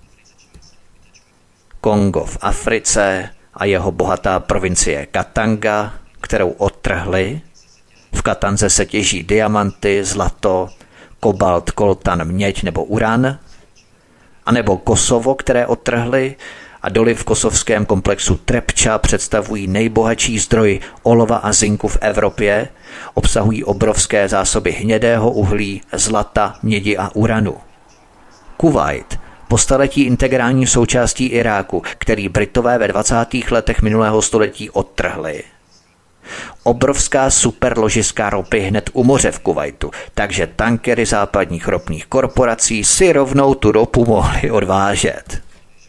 Kongo v Africe a jeho bohatá provincie Katanga, kterou odtrhli. V Katanze se těží diamanty, zlato, kobalt, koltan, měď nebo uran. A nebo Kosovo, které odtrhli, a doly v kosovském komplexu Trepča představují nejbohatší zdroj olova a zinku v Evropě, obsahují obrovské zásoby hnědého uhlí, zlata, mědi a uranu. Kuvajt, po staletí integrální součástí Iráku, který Britové ve 20. letech minulého století odtrhli. Obrovská superložiska ropy hned u moře v Kuvajtu, takže tankery západních ropných korporací si rovnou tu ropu mohli odvážet.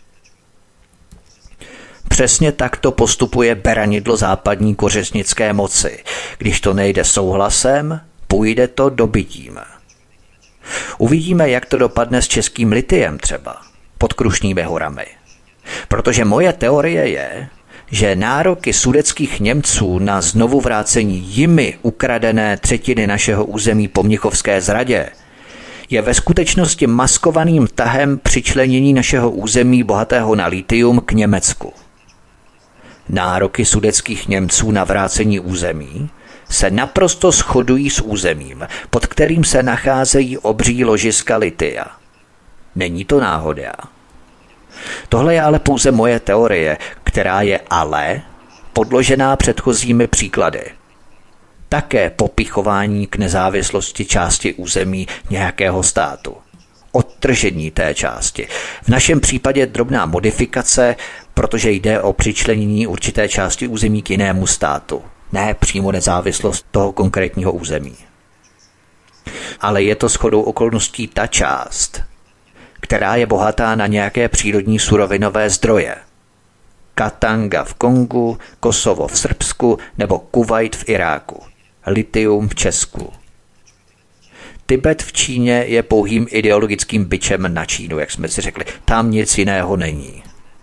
Přesně takto postupuje beranidlo západní kořesnické moci. Když to nejde souhlasem, půjde to dobytím. Uvidíme, jak to dopadne s českým litiem třeba, pod Krušnými horami. Protože moje teorie je, že nároky sudetských Němců na znovu vrácení jimi ukradené třetiny našeho území po mnichovské zradě je ve skutečnosti maskovaným tahem přičlenění našeho území bohatého na litium k Německu. Nároky sudetských Němců na vrácení území se naprosto shodují s územím, pod kterým se nacházejí obří ložiska litia. Není to náhoda. Tohle je ale pouze moje teorie, která je ale podložená předchozími příklady. Také popichování k nezávislosti části území nějakého státu. Odtržení té části. V našem případě drobná modifikace, protože jde o přičlenění určité části území k jinému státu. Ne přímo nezávislost toho konkrétního území. Ale je to shodou okolností ta část, která je bohatá na nějaké přírodní surovinové zdroje. Katanga v Kongu, Kosovo v Srbsku nebo Kuvajt v Iráku. Litium v Česku. Tibet v Číně je pouhým ideologickým bičem na Čínu, jak jsme si řekli. Tam nic jiného není.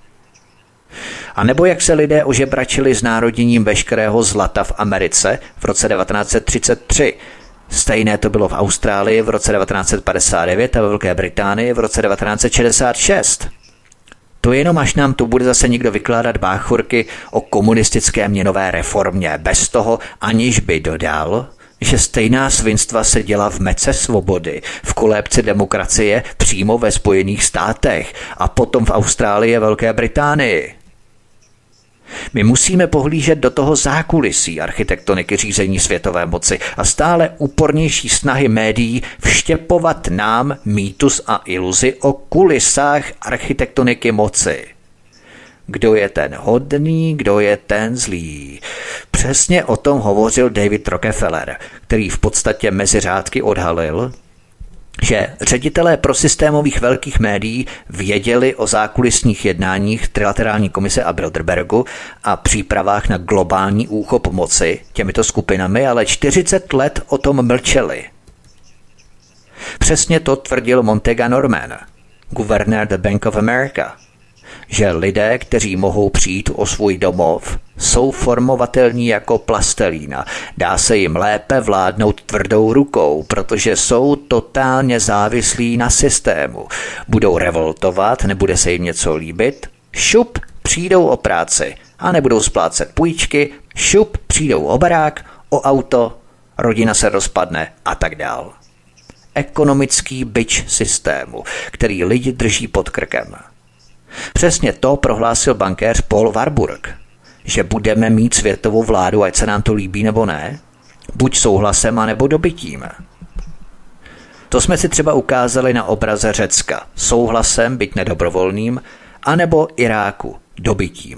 A nebo jak se lidé ožebračili znárodněním veškerého zlata v Americe v roce 1933. Stejné to bylo v Austrálii v roce 1959 a ve Velké Británii v roce 1966. To jenom až nám tu bude zase někdo vykládat báchorky o komunistické měnové reformě, bez toho, aniž by dodal, že stejná svinstva se děla v mece svobody, v kolébce demokracie přímo ve Spojených státech a potom v Austrálii a Velké Británii. My musíme pohlížet do toho zákulisí architektoniky řízení světové moci a stále úpornější snahy médií vštěpovat nám mýtus a iluzi o kulisách architektoniky moci. Kdo je ten hodný, kdo je ten zlý. Přesně o tom hovořil David Rockefeller, který v podstatě mezi řádky odhalil, že ředitelé prosystémových velkých médií věděli o zákulisních jednáních Trilaterální komise a Bilderbergu a přípravách na globální úchop moci těmito skupinami, ale 40 let o tom mlčeli. Přesně to tvrdil Montega Norman, guvernér The Bank of America, že lidé, kteří mohou přijít o svůj domov, jsou formovatelní jako plastelína. Dá se jim lépe vládnout tvrdou rukou, protože jsou totálně závislí na systému. Budou revoltovat, nebude se jim něco líbit, šup, přijdou o práci a nebudou splácet půjčky, šup, přijdou o barák, o auto, rodina se rozpadne a tak dál. Ekonomický bič systému, který lidi drží pod krkem. Přesně to prohlásil bankéř Paul Warburg, že budeme mít světovou vládu, ať se nám to líbí nebo ne, buď souhlasem, anebo dobytím. To jsme si třeba ukázali na obraze Řecka, souhlasem, byť nedobrovolným, anebo Iráku, dobytím.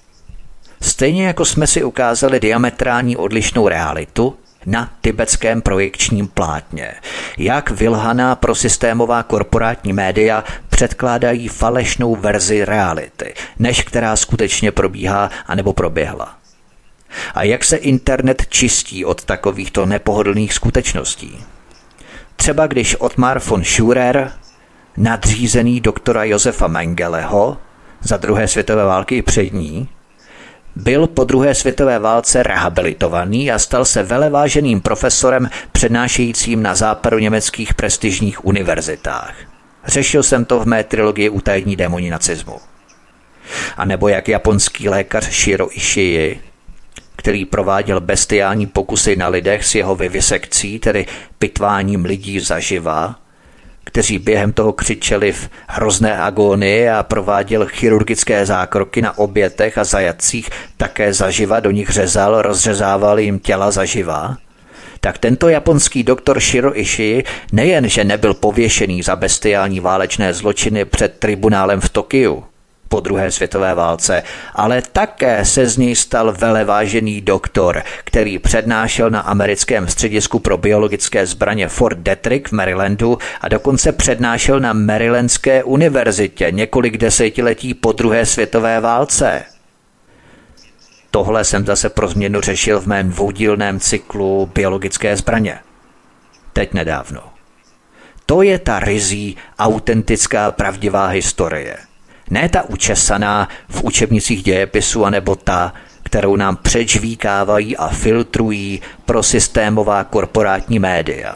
Stejně jako jsme si ukázali diametrální odlišnou realitu na tibetském projekčním plátně, jak vylhaná prosystémová korporátní média předkládají falešnou verzi reality, než která skutečně probíhá anebo proběhla. A jak se internet čistí od takovýchto nepohodlných skutečností. Třeba když Ottmar von Schurer, nadřízený doktora Josefa Mengeleho za druhé světové války i před ní, byl po druhé světové válce rehabilitovaný a stal se veleváženým profesorem přednášejícím na západoněmeckých prestižních univerzitách. Řešil jsem to v mé trilogii Utajení démoni nacismu. A nebo jak japonský lékař Shiro Ishii, který prováděl bestiální pokusy na lidech s jeho vivisekcí, tedy pitváním lidí zaživa, kteří během toho křičeli v hrozné agónii a prováděl chirurgické zákroky na obětech a zajatcích, také zaživa do nich řezal, rozřezával jim těla zaživa, tak tento japonský doktor Shiro Ishii nejen, že nebyl pověšený za bestiální válečné zločiny před tribunálem v Tokiu po druhé světové válce, ale také se z něj stal velevážený doktor, který přednášel na americkém středisku pro biologické zbraně Fort Detrick v Marylandu a dokonce přednášel na Marylandské univerzitě několik desetiletí po druhé světové válce. Tohle jsem zase pro změnu řešil v mém dvoudílném cyklu Biologické zbraně. Teď nedávno. To je ta ryzí, autentická, pravdivá historie. Ne ta učesaná v učebnicích dějepisu, anebo ta, kterou nám předžvíkávají a filtrují prosystémová korporátní média.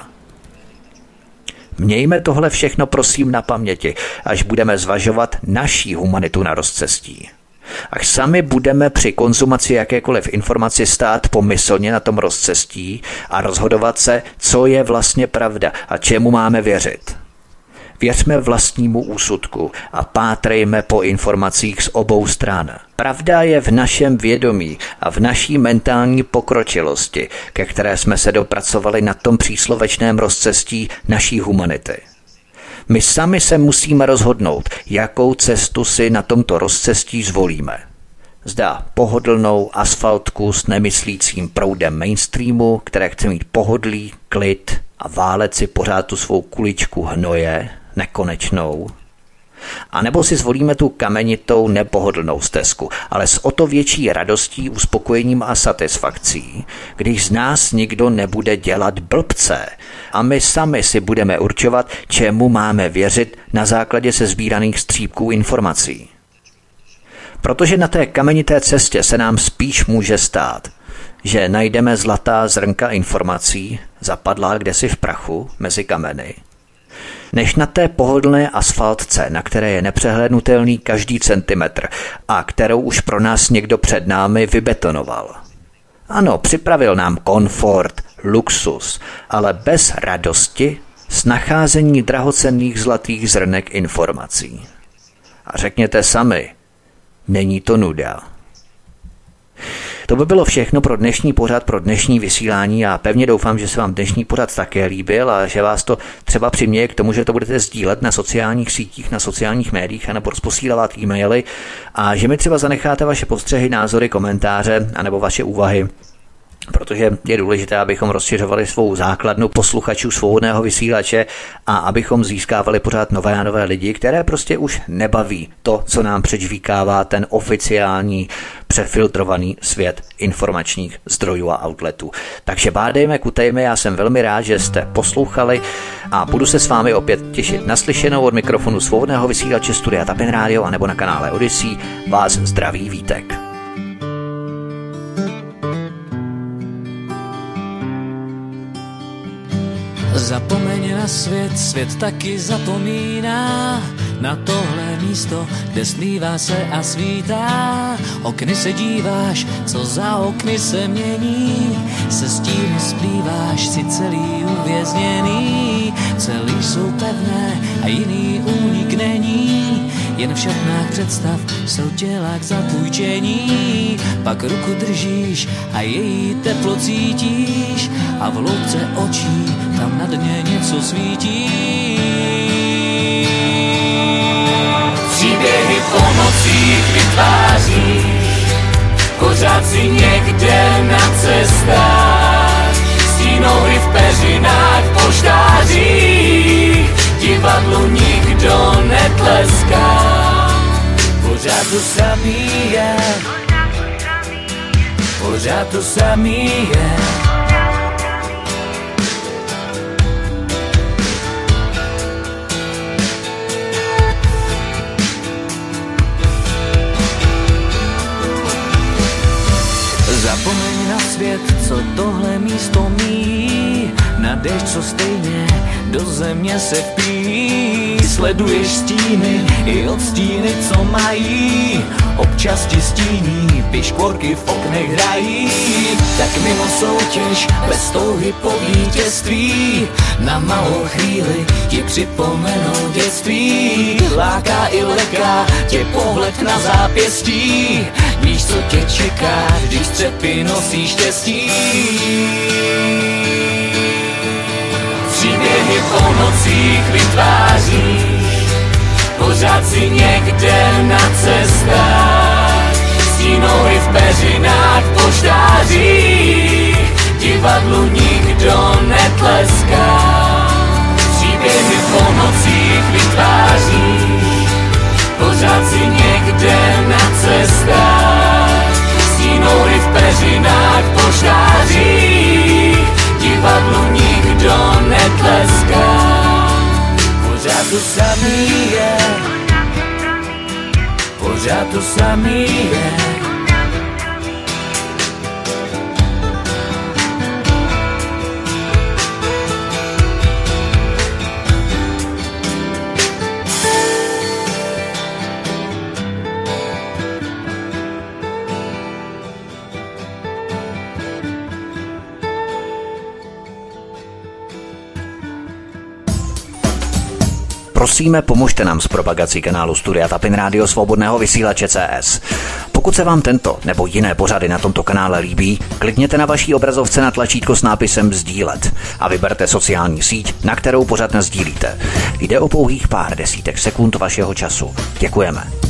Mějme tohle všechno prosím na paměti, až budeme zvažovat naší humanitu na rozcestí. Až sami budeme při konzumaci jakékoliv informaci stát pomyslně na tom rozcestí a rozhodovat se, co je vlastně pravda a čemu máme věřit. Věřme vlastnímu úsudku a pátrejme po informacích z obou stran. Pravda je v našem vědomí a v naší mentální pokročilosti, ke které jsme se dopracovali na tom příslovečném rozcestí naší humanity. My sami se musíme rozhodnout, jakou cestu si na tomto rozcestí zvolíme. Zda pohodlnou asfaltku s nemyslícím proudem mainstreamu, které chce mít pohodlí, klid a válet si pořád tu svou kuličku hnoje, nekonečnou. A nebo si zvolíme tu kamenitou nepohodlnou stezku, ale s o to větší radostí, uspokojením a satisfakcí, když z nás nikdo nebude dělat blbce a my sami si budeme určovat, čemu máme věřit na základě sesbíraných střípků informací. Protože na té kamenité cestě se nám spíš může stát, že najdeme zlatá zrnka informací, zapadlá kdesi v prachu mezi kameny, než na té pohodlné asfaltce, na které je nepřehlédnutelný každý centimetr a kterou už pro nás někdo před námi vybetonoval. Ano, připravil nám komfort, luxus, ale bez radosti z nacházení drahocenných zlatých zrnek informací. A řekněte sami, není to nuda. To by bylo všechno pro dnešní pořad, pro dnešní vysílání a pevně doufám, že se vám dnešní pořad také líbil a že vás to třeba přiměje k tomu, že to budete sdílet na sociálních sítích, na sociálních médiích anebo rozposílat e-maily a že mi třeba zanecháte vaše postřehy, názory, komentáře anebo vaše úvahy. Protože je důležité, abychom rozšiřovali svou základnu posluchačů svobodného vysílače a abychom získávali pořád nové a nové lidi, které prostě už nebaví to, co nám předžvíkává ten oficiální přefiltrovaný svět informačních zdrojů a outletů. Takže bádejme, kutejme, já jsem velmi rád, že jste poslouchali a budu se s vámi opět těšit naslyšenou od mikrofonu svobodného vysílače Studia Tapin Radio anebo na kanále Odyssey. Vás zdraví Vítek. Zapomeň na svět, svět taky zapomíná na tohle místo, kde smívá se a svítá. Okny se díváš, co za okny se mění, se stíny splýváš, si celý uvězněný. Celý jsou pevné a jiný únik není, jen v šatnách představ jsou těla k zapůjčení. Pak ruku držíš a její teplo cítíš a v hloubce očí tam na dně něco svítí. Příběhy po nocích vytváříš, pořád si někde na cestách, stínový v peřinách, poštářích, divadlu nikdo netleská. Pořád to samý je, pořád to samý je. Zapomeň na svět, co tohle místo míjí, na déšť, co stejně do země se vpíjí. Sleduješ stíny i odstíny, co mají, občas ti stíní, piškvorky v oknech hrají. Tak mimo soutěž, bez touhy po vítězství, na malou chvíli ti připomenou dětství. Láká i leká tě pohled na zápěstí, víš, co tě čeká, když střepy nosí štěstí. Příběhy po nocích vytváříš, pořád si někde na cestách, stínový v peřinách, poštářích, divadlu nikdo netleská. Příběhy po nocích vytváříš, pořád si někde na cestách, stínový v peřinách, poštářích, divadlu nikdo netleská. Pořád to samý je, pořád to samý je. Prosíme, pomožte nám s propagací kanálu Studia Tapin Radio svobodného vysílače CS. Pokud se vám tento nebo jiné pořady na tomto kanále líbí, klikněte na vaší obrazovce na tlačítko s nápisem sdílet a vyberte sociální síť, na kterou pořad nasdílíte. Jde o pouhých pár desítek sekund vašeho času. Děkujeme.